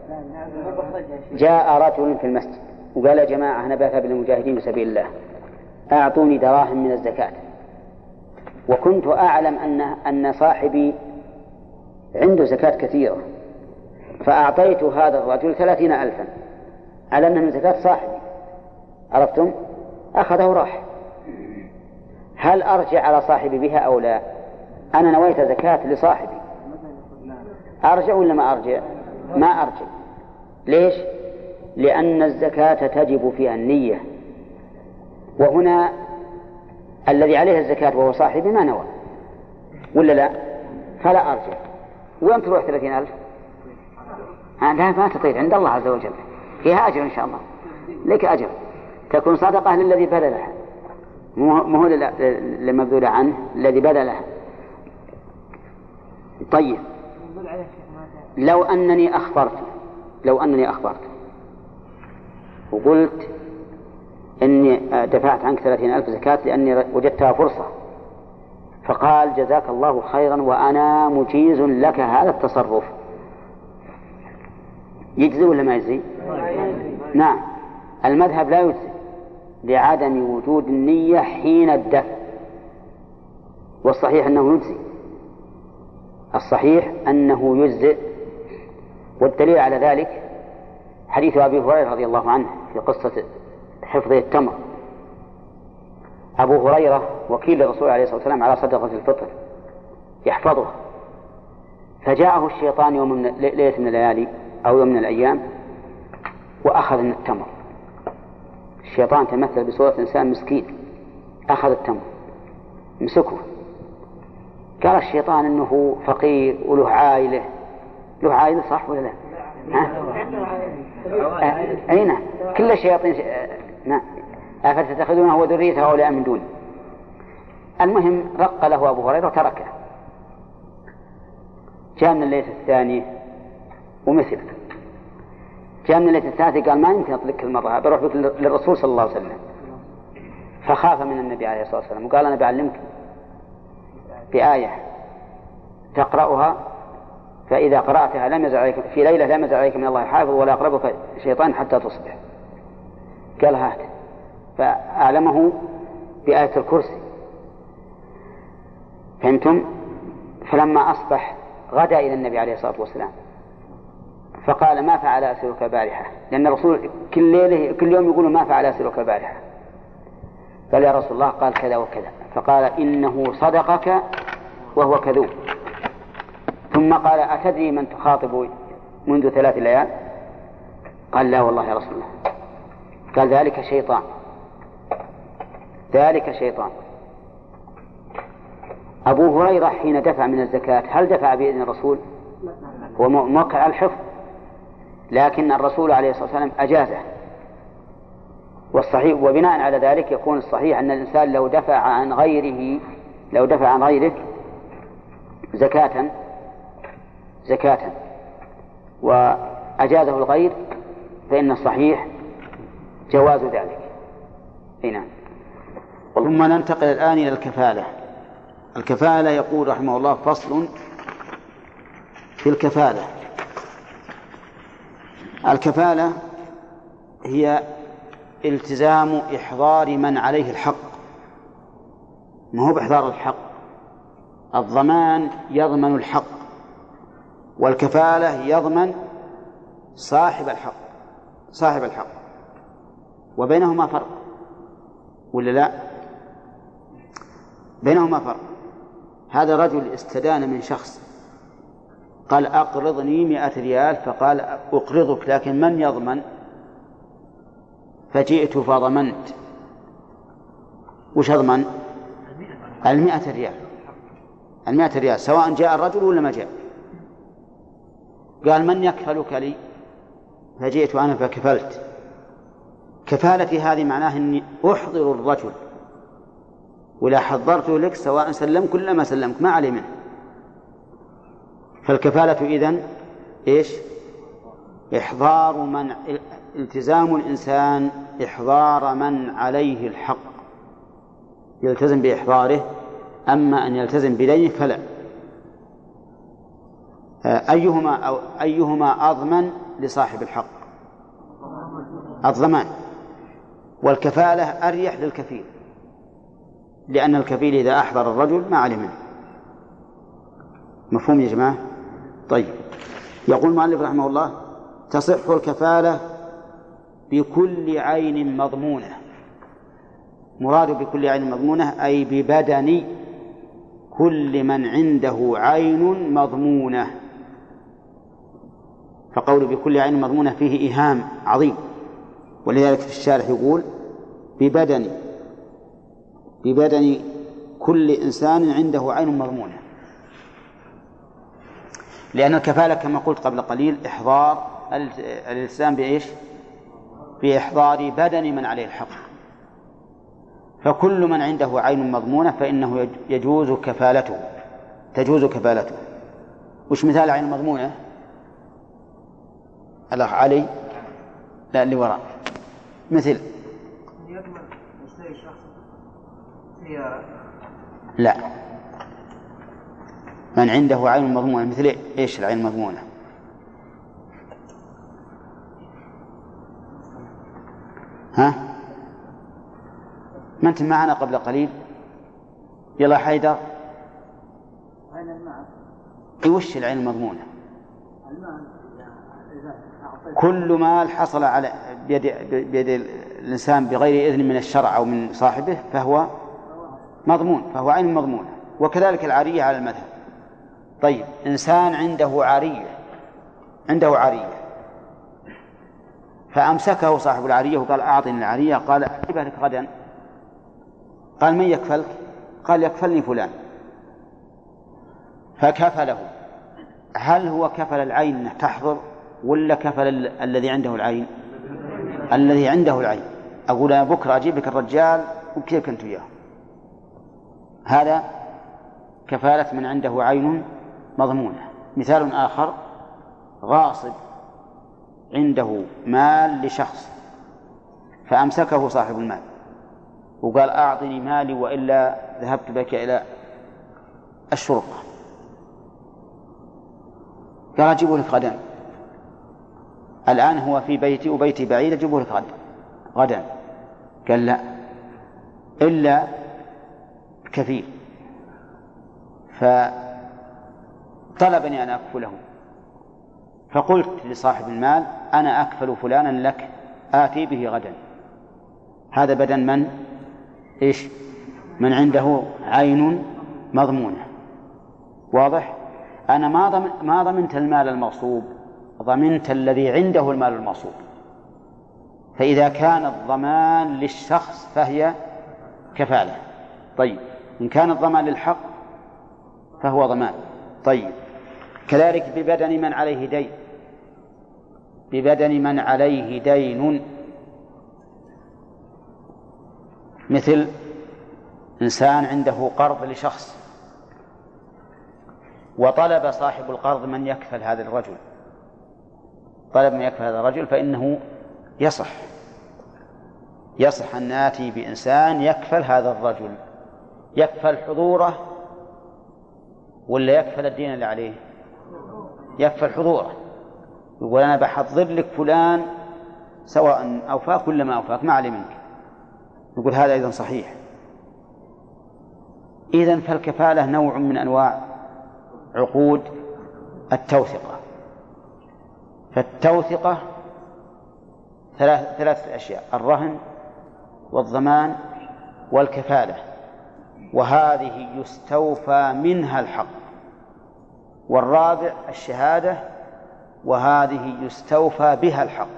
Speaker 1: جاء رجل في المسجد وقال يا جماعة أنا بذهب للمجاهدين بسبيل الله، أعطوني دراهم من الزكاة، وكنت أعلم أن صاحبي عنده زكاة كثيرة، فأعطيت هذا الرجل 30,000 على أنه من زكاة صاحبي، عرفتم؟ أخذه وراح. هل أرجع على صاحبي بها أو لا؟ أنا نويت زكاة لصاحبي، أرجع ولا ما أرجع؟ ما أرجع. ليش؟ لأن الزكاة تجب فيها النية، وهنا الذي عليه الزكاة وهو صاحبي ما نوى ولا لا؟ فلا أرجع. وين تروح 30,000؟ لا ما تطير عند الله عز وجل، فيها أجر إن شاء الله، لك أجر، تكون صدقة للذي بذلها، مو هو للمبذول عنه الذي بذلها. طيب لو أنني أخبرت وقلت إني دفعت عنك 30,000 زكاة لأني وجدتها فرصة، فقال جزاك الله خيرا وأنا مجيز لك هذا التصرف، يجزي ولا ما يجزي؟ نعم، المذهب لا يجزي لعدم وجود النية حين الدفع، والصحيح أنه يجزي، الصحيح أنه يجزئ. والدليل على ذلك حديث أبي هريرة رضي الله عنه في قصة حفظه التمر. أبو هريرة وكيل الرسول عليه الصلاة والسلام على صدقة الفطر يحفظها، فجاءه الشيطان يوم من ليلة من الليالي أو يوم من الأيام وأخذ من التمر، الشيطان تمثل بصورة إنسان مسكين أخذ التمر مسكه، قال الشيطان إنه فقير وله عائلة، له عائلة صح ولا لا؟ أين كل الشياطين نعم أفتتخذونه وذريته أولياء من دون. المهم رق له أبو هريرة وتركه. جاء من الليلة الثانية ومثل، جاء من الليلة الثالثة قال ما يمكن أطلق المرة، بروح بك للرسول صلى الله عليه وسلم، فخاف من النبي عليه الصلاة والسلام وقال أنا بعلمك بآية تقرأها فإذا قرأتها لم يزل عليك في ليلة لم يزل عليك من الله حافظ ولا يقربك شيطان حتى تصبح. قال هات، فأعلمه بآية الكرسي. فهمتم؟ فلما أصبح غدا إلى النبي عليه الصلاة والسلام فقال ما فعل أسيرك البارحة، لأن الرسول كل يوم يقول ما فعل أسيرك البارحة. قال يا رسول الله قال كذا وكذا، فقال إنه صدقك وهو كذوب. ثم قال أتدري من تخاطب منذ 3 ليال؟ قال لا والله يا رسول الله. قال ذلك شيطان، ذلك شيطان. أبو هريرة حين دفع من الزكاة هل دفع بإذن الرسول؟ هو موقع على الحفظ، لكن الرسول عليه الصلاة والسلام أجازه. والصحيح وبناء على ذلك يكون الصحيح أن الإنسان لو دفع عن غيره زكاة وأجازه الغير فإن الصحيح جواز ذلك. هنا
Speaker 2: ثم ننتقل الآن إلى الكفالة. الكفالة يقول رحمه الله فصل في الكفالة. الكفالة هي التزام إحضار من عليه الحق، ما هو بإحضار الحق، الضمان يضمن الحق والكفالة يضمن صاحب الحق وبينهما فرق ولا لا؟ بينهما فرق. هذا رجل استدان من شخص قال أقرضني 100 ريال، فقال أقرضك لكن من يضمن؟ فجئت فضمنت. وش أضمن؟ 100 ريال، 100 ريال سواء جاء الرجل ولا ما جاء. قال من يكفلك لي؟ فجئت أنا فكفلت. كفالتي هذه معناها أني أحضر الرجل ولا حضرته لك سواء سلمك ولا ما سلمك ما عليه منه. فالكفالة إذن إيش؟ إحضار من التزام الإنسان إحضار من عليه الحق يلتزم بإحضاره، أما أن يلتزم بدينه فلا. أيهما أضمن لصاحب الحق؟ الضمان. والكفالة أريح للكفيل، لأن الكفيل إذا أحضر الرجل ما عليه منه. مفهوم يا جماعة؟ طيب. يقول المؤلف رحمه الله تصح الكفالة بكل عين مضمونة. مراد بكل عين مضمونة أي ببدن كل من عنده عين مضمونة. فقول بكل عين مضمونة فيه إيهام عظيم، ولذلك في الشارح يقول ببدن كل إنسان عنده عين مضمونة، لأن الكفالة كما قلت قبل قليل إحضار الإلتزام بإيش؟ بإحضار بدن من عليه الحق. فكل من عنده عين مضمونة فإنه تجوز كفالته. وش مثال عين مضمونة؟ الأخ علي لا اللي وراء مثل لا من عنده عين مضمونة مثل إيش العين المضمونة؟ ها؟ ما أنت معنا قبل قليل؟ يلا حيدر. وش العين المضمونة؟ كل مال حصل على بيد الإنسان بغير إذن من الشرع أو من صاحبه فهو مضمون، فهو عين مضمونة. وكذلك العارية على المذهب. طيب إنسان عنده عارية فأمسكه صاحب العارية وقال أعطني العارية. قال أجيبها لك غدا. قال من يكفلك؟ قال يكفلني فلان. فكفله. هل هو كفل العين أنه تحضر ولا كفل الذي عنده العين؟ الذي عنده العين. أقول أنا بكرة أجيب لك الرجال وكيف كنت إياه. هذا كفالة من عنده عين مضمونة. مثال آخر: غاصب عنده مال لشخص فأمسكه صاحب المال وقال أعطني مالي وإلا ذهبت بك إلى الشرطة. قال أجيبه لك غدا. الآن هو في بيتي وبيتي بعيد، أجيبه لك غدا. قال لا، إلا كفيل. فطلبني أن أكفله، فقلت لصاحب المال أنا أكفل فلانا لك، آتي به غدا. هذا بدن من؟ إيش؟ من عنده عين مضمونة. واضح؟ أنا ما ضمنت المال المغصوب، ضمنت الذي عنده المال المغصوب. فإذا كان الضمان للشخص فهي كفالة. طيب، إن كان الضمان للحق فهو ضمان. طيب، كذلك ببدن من عليه دين. ببدن من عليه دين، مثل إنسان عنده قرض لشخص وطلب صاحب القرض من يكفل هذا الرجل، طلب من يكفل هذا الرجل، فإنه يصح أن نأتي بإنسان يكفل هذا الرجل. يكفل حضوره ولا يكفل الدين اللي عليه؟ يكفل حضوره. يقول أنا بحضر لك فلان سواء أوفاك ولا ما أوفاك، ما علي منك. يقول هذا أيضا صحيح. إذن فالكفالة نوع من أنواع عقود التوثقة. فالتوثقة ثلاث أشياء: الرهن والضمان والكفالة، وهذه يستوفى منها الحق. والرابع الشهادة، وهذه يستوفى بها الحق.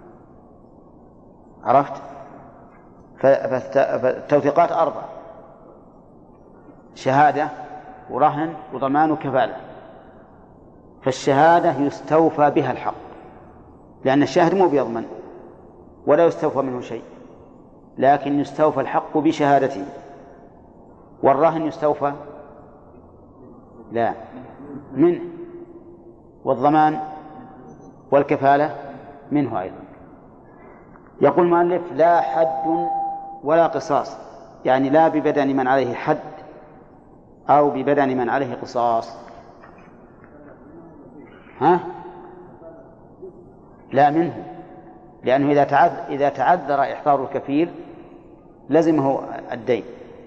Speaker 2: عرفت؟ فالتوثيقات 4: شهادة ورهن وضمان وكفالة. فالشهادة يستوفى بها الحق، لأن الشاهد مو بيضمن ولا يستوفى منه شيء، لكن يستوفى الحق بشهادته. والرهن يستوفى لا منه، والضمان والكفالة منه أيضا. يقول المؤلف: لا حد ولا قصاص، يعني لا ببدن من عليه حد أو ببدن من عليه قصاص. لا منه، لأنه إذا تعذر إحضار الكفيل لزمه الدين.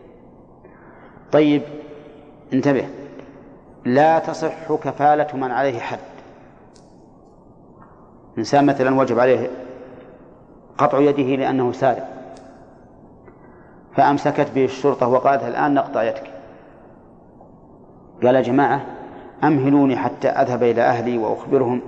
Speaker 2: طيب انتبه: لا تصح كفالة من عليه حد. إنسان مثلا وجب عليه قطع يده لأنه سارق، فأمسكت به الشرطة وقالت الآن نقطع يدك. قال يا جماعة أمهلوني حتى أذهب إلى أهلي وأخبرهم،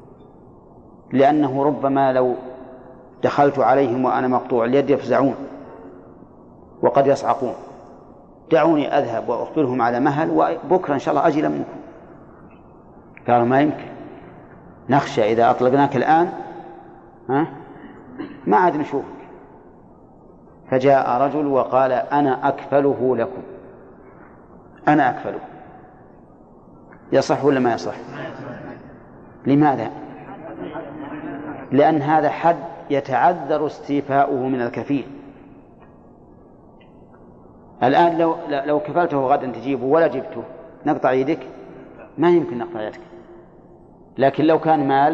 Speaker 2: لأنه ربما لو دخلت عليهم وأنا مقطوع اليد يفزعون وقد يصعقون. دعوني أذهب وأخبرهم على مهل، وبكرة إن شاء الله أجي منكم. قالوا ما يمكن، نخشى إذا أطلقناك الآن ما عاد نشوفك. فجاء رجل وقال أنا أكفله لكم، أنا أكفله. يصح ولا ما يصح؟ لماذا؟ لأن هذا حد يتعذر استيفاؤه من الكفيل. الآن لو كفلته غدا تجيبه ولا جبته نقطع يدك، ما يمكن نقطع يدك. لكن لو كان مال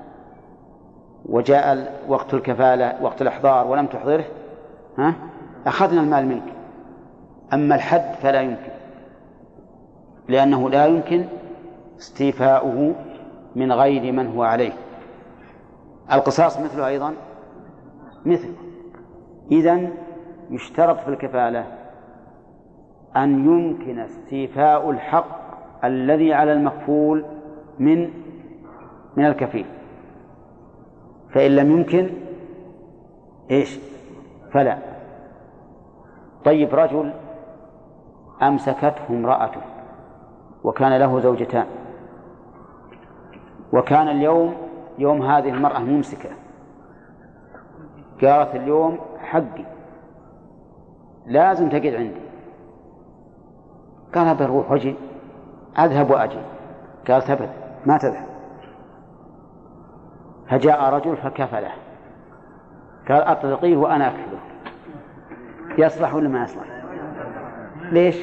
Speaker 2: وجاء وقت الكفالة وقت الإحضار ولم تحضره أخذنا المال منك. أما الحد فلا يمكن، لأنه لا يمكن استيفاؤه من غير من هو عليه. القصاص مثله أيضا مثله. إذن يشترط في الكفالة أن يمكن استيفاء الحق الذي على المكفول من الكفيل. فإن لم يمكن إيش فلا. طيب رجل أمسكته امرأته وكان له زوجتان، وكان اليوم يوم هذه المرأة ممسكة، قالت اليوم حقي لازم تقعد عندي، قال بروح وجي أذهب وأجي، قال ثبت ما تذهب. فجاء رجل فكفله، قال أطلقيه وأنا أكفله. يصلح ولا ما يصلح؟ ليش؟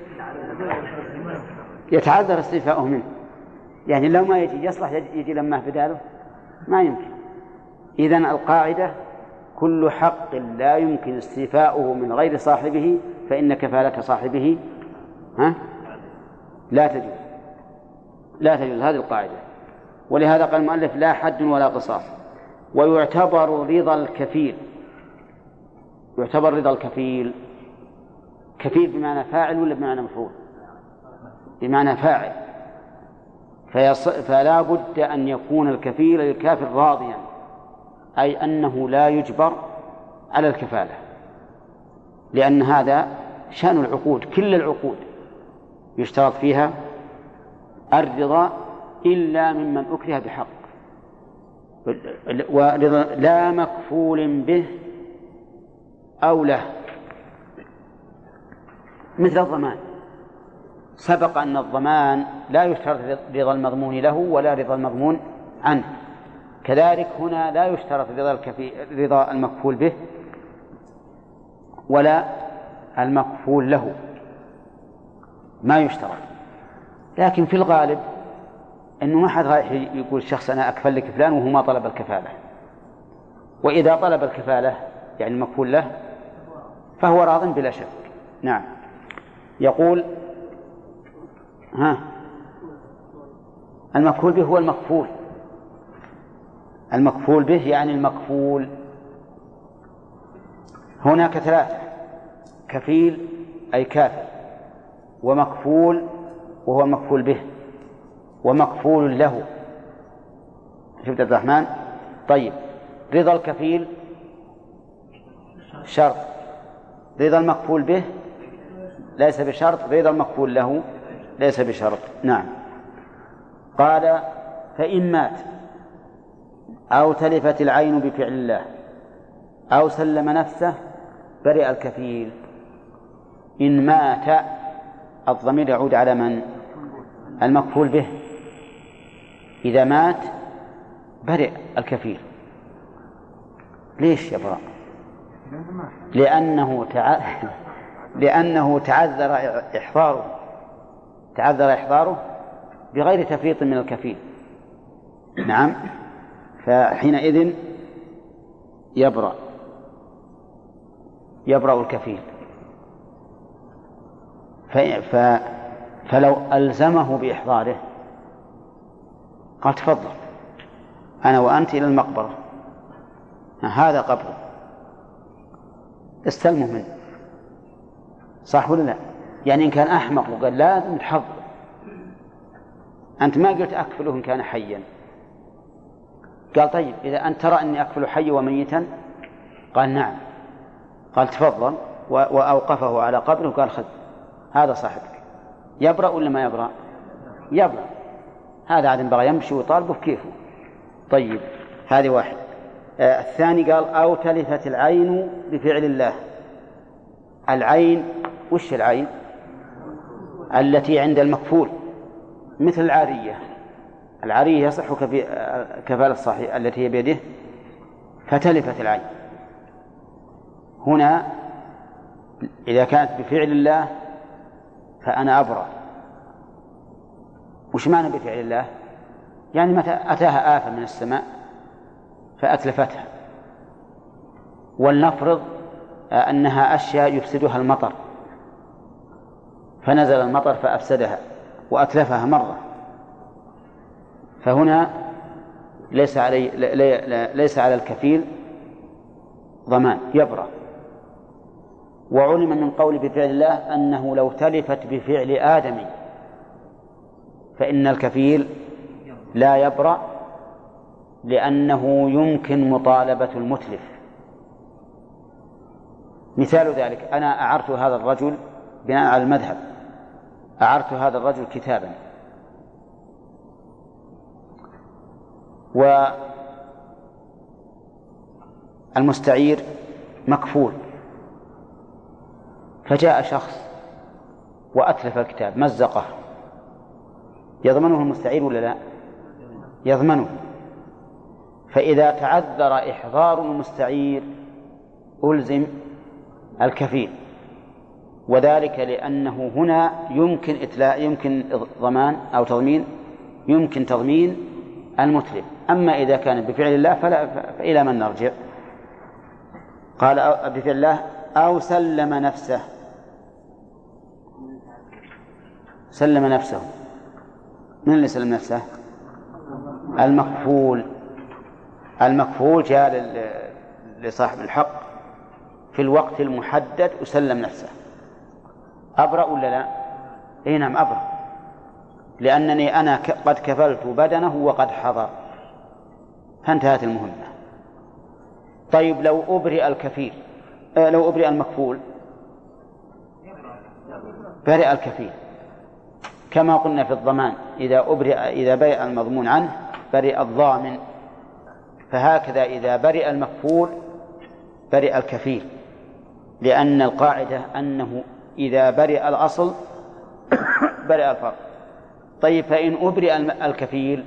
Speaker 2: يتعذر استيفاؤه منه، يعني لو ما يجي يصلح يجي لما بداله ما يمكن. إذن القاعدة كل حق لا يمكن استيفاؤه من غير صاحبه فإن كفالة صاحبه لا تجوز، لا تجوز، هذه القاعدة. ولهذا قال المؤلف لا حد ولا قصاص. ويعتبر رضا الكفيل، يعتبر رضا الكفيل، كفيل بمعنى فاعل ولا بمعنى مفعول؟ بمعنى فاعل، فلا بد أن يكون الكفيل للكافر راضيا، أي أنه لا يجبر على الكفالة، لأن هذا شأن العقود، كل العقود يشترط فيها الرضا إلا ممن أكره بحق، ورضا لا مكفول به أو له، مثل الضمان. سبق أن الضمان لا يشترط رضا المضمون له ولا رضا المضمون عنه، كذلك هنا لا يشترط رضا المكفول به ولا المكفول له، ما يشترط. لكن في الغالب أنه ما حد رايح يقول شخص أنا أكفل لك فلان وهو ما طلب الكفالة، وإذا طلب الكفالة يعني المكفول له فهو راض بلا شك. نعم. يقول المكفول به هو المكفول، المكفول به يعني المكفول. هناك ثلاثة: كفيل أي كافر، ومكفول وهو المكفول به، ومكفول له. شفت عبد الرحمن؟ طيب، رضا الكفيل شرط، رضا المكفول به ليس بشرط، رضا المكفول له ليس بشرط. نعم. قال: فإن مات أو تلفت العين بفعل الله أو سلم نفسه برئ الكفيل. إن مات الضمير يعود على من؟ المكفول به. إذا مات برئ الكفيل. ليش يا براء؟ لأنه تعذر إحضاره بغير تفريط من الكفيل. نعم. فحينئذ يبرأ الكفيل. فلو ألزمه بإحضاره قال: تفضل أنا وأنت إلى المقبرة، هذا قبره، استلمه منه، صح ولا لا؟ يعني إن كان أحمق وقال لازم تحضر، أنت ما قلت أكفله إن كان حيا، قال: طيب إذا أنت ترى أني أكفل حيا وميتا، قال: نعم، قال: تفضل، وأوقفه على قبره وقال: خذ هذا صاحبك. يبرأ ولا ما يبرأ؟ يبرأ. هذا عاد بغى يمشي ويطالبه كيفه. طيب، هذه واحد. الثاني قال: أو تلفت العين بفعل الله. العين وش العين؟ التي عند المكفول، مثل العارية. العارية يصح كفالة الصحيح التي هي بيده، فتلفت العين. هنا إذا كانت بفعل الله فأنا أبرأ. وش معنى بفعل الله؟ يعني متى أتاها آفة من السماء فأتلفتها، ولنفرض أنها أشياء يفسدها المطر، فنزل المطر فأفسدها وأتلفها مرة، فهنا ليس على الكفيل ضمان، يبرأ. وعلم من قول بفعل الله أنه لو تلفت بفعل آدم فإن الكفيل لا يبرأ لأنه يمكن مطالبة المتلف. مثال ذلك: أنا أعرت هذا الرجل بناء على المذهب، أعرت هذا الرجل كتابا، والمستعير مكفول، فجاء شخص وأتلف الكتاب مزقه، يضمنه المستعير ولا لا؟ يضمنه. فإذا تعذر إحضار المستعير ألزم الكفيل، وذلك لأنه هنا يمكن ضمان أو تضمين، يمكن تضمين المتلف. أما إذا كان بفعل الله فإلى من نرجع؟ قال بفعل الله أو سلم نفسه. سلم نفسه، من اللي سلم نفسه؟ المكفول. المكفول جاء لصاحب الحق في الوقت المحدد وسلم نفسه. أبرأ ولا لا؟ إيه نعم أبرأ، لأنني أنا قد كفلت بدنه وقد حضر، فانتهت المهمة. طيب لو أبرئ الكفيل، لو أبرئ المكفول برئ الكفيل، كما قلنا في الضمان إذا برئ المضمون عنه برئ الضامن، فهكذا إذا برئ المكفول برئ الكفيل، لأن القاعدة أنه إذا برئ الأصل برئ الفرع. طيب فإن أبرئ الكفيل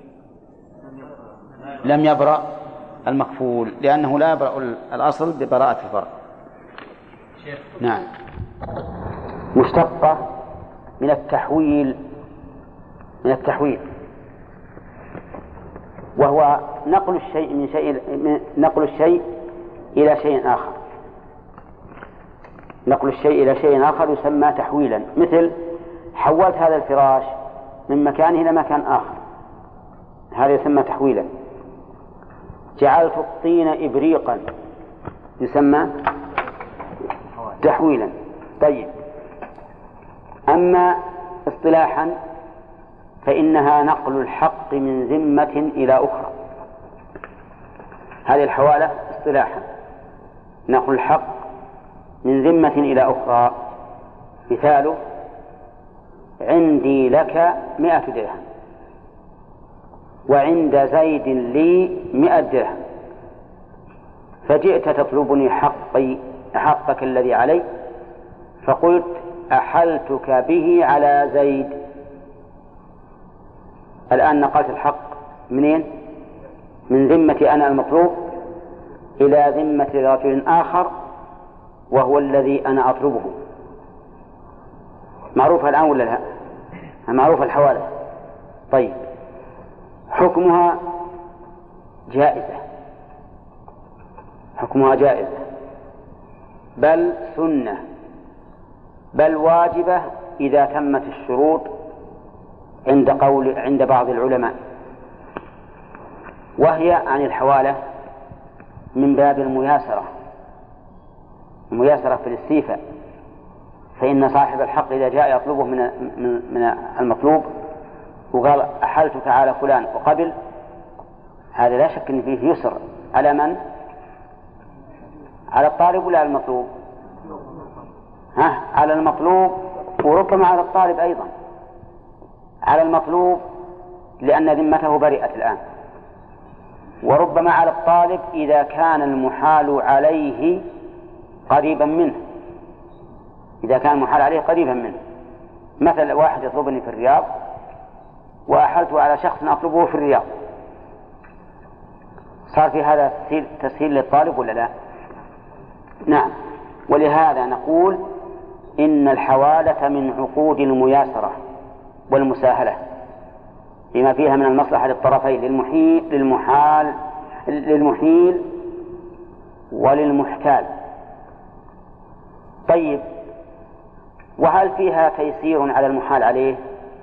Speaker 2: لم يبرأ المكفول، لأنه لا يبرأ الأصل ببراءة الفرع. نعم.
Speaker 1: مشتقة من التحويل، وهو نقل الشيء إلى شيء آخر. نقل الشيء إلى شيء آخر يسمى تحويلا. مثل حولت هذا الفراش من مكانه إلى مكان آخر، هذا يسمى تحويلا. جعلت الطين إبريقا يسمى تحويلا. طيب، أما اصطلاحا فإنها نقل الحق من ذمة إلى أخرى. هذه الحوالة اصطلاحا نقل الحق من ذمة إلى أخرى. مثاله: عندي لك 100 درهم، وعند زيد لي 100 درهم، فجئت تطلبني حقك الذي علي، فقلت أحلتك به على زيد. الآن نقلت الحق منين؟ من ذمة أنا المطلوب إلى ذمة رجل آخر وهو الذي أنا أطلبه. معروفة الآن ولا لا؟ معروفة الحوالة. طيب، حكمها جائزة، حكمها جائزة، بل سنة، بل واجبة إذا تمت الشروط عند بعض العلماء. وهي عن الحوالة من باب المياسرة في الاستيفاء، فإن صاحب الحق إذا جاء يطلبه من المطلوب وقال أحلتك على فلان وقبل، هذا لا شك أن فيه يسر على من؟ على الطالب ولا على المطلوب؟ على المطلوب، وربما على الطالب أيضا. على المطلوب لأن ذمته برئت الآن، وربما على الطالب إذا كان المحال عليه قريبا منه، إذا كان المحال عليه قريبا منه. مثل واحد يطلبني في الرياض وأحلت على شخص أطلبه في الرياض، صار في هذا تسهيل للطالب ولا لا؟ نعم. ولهذا نقول إن الحوالة من عقود المياسرة والمساهلة بما فيها من المصلحة للطرفين، للمحيل وللمحتال. طيب، وهل فيها تيسير على المحال عليه؟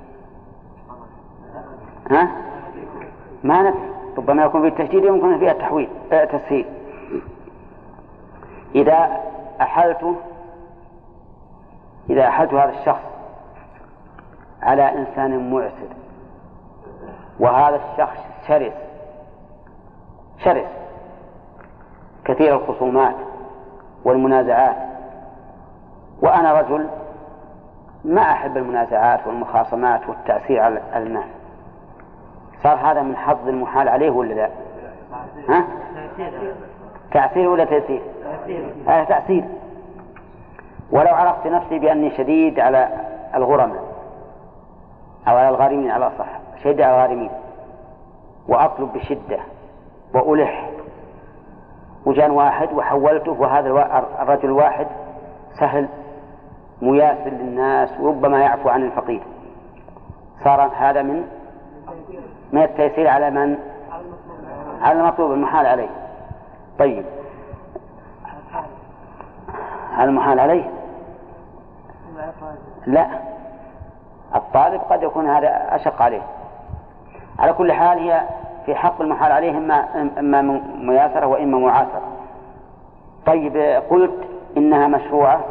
Speaker 1: ما ندري، ربما يكون فيه التشديد ويمكن فيها التحويل تسهيل. إذا أحلت هذا الشخص على إنسان معسر، وهذا الشخص شرس شرس كثير الخصومات والمنازعات، وأنا رجل ما أحب المنازعات والمخاصمات والتأثير على الناس، صار هذا من حظ المحال عليه ولا لا؟ ها؟ تأثير ولا تأثير؟ تأثير. ولو عرفت نفسي بأني شديد على الغرماء أو على الغارمين، على الأصح شديد على الغارمين، وأطلب بشدة وألح، وجان واحد وحولته، وهذا الرجل الواحد سهل مياسر للناس وربما يعفو عن الفقير، صار هذا من التيسير على من؟ على المطلوب المحال عليه. طيب هل المحال عليه؟ لا، الطالب قد يكون هذا أشق عليه. على كل حال هي في حق المحال عليه إما مياسرة وإما معاسرة. طيب قلت إنها مشروعة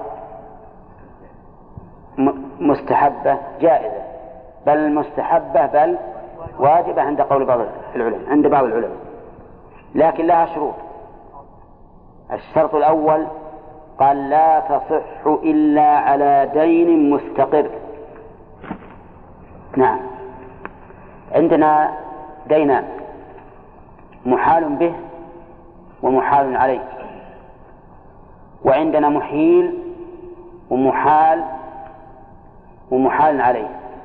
Speaker 1: مستحبة جائزة، بل مستحبة بل واجبة عند قول بعض العلماء، لكن لها شروط. الشرط الأول قال لا تصح إلا على دين مستقر. نعم، عندنا دينان، محال به ومحال عليه، وعندنا محيل ومحال عليه.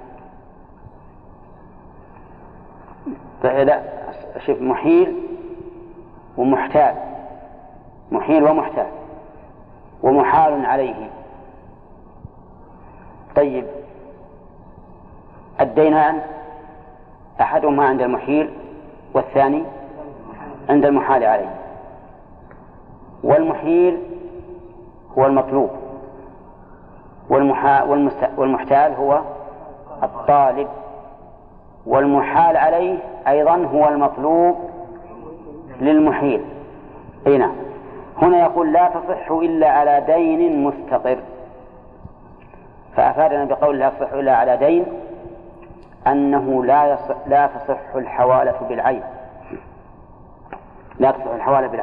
Speaker 1: فإذا شوف محيل ومحتال، محيل ومحتال ومحال عليه. طيب الدينان أحدهما عند المحيل والثاني عند المحال عليه، والمحيل هو المطلوب والمحتال هو الطالب، والمحال عليه أيضا هو المطلوب للمحيل. هنا يقول لا تصح إلا على دين مستقر، فأفادنا بقول لا تصح إلا على دين أنه لا تصح الحوالة بالعين، لا تصح الحوالة بالعين.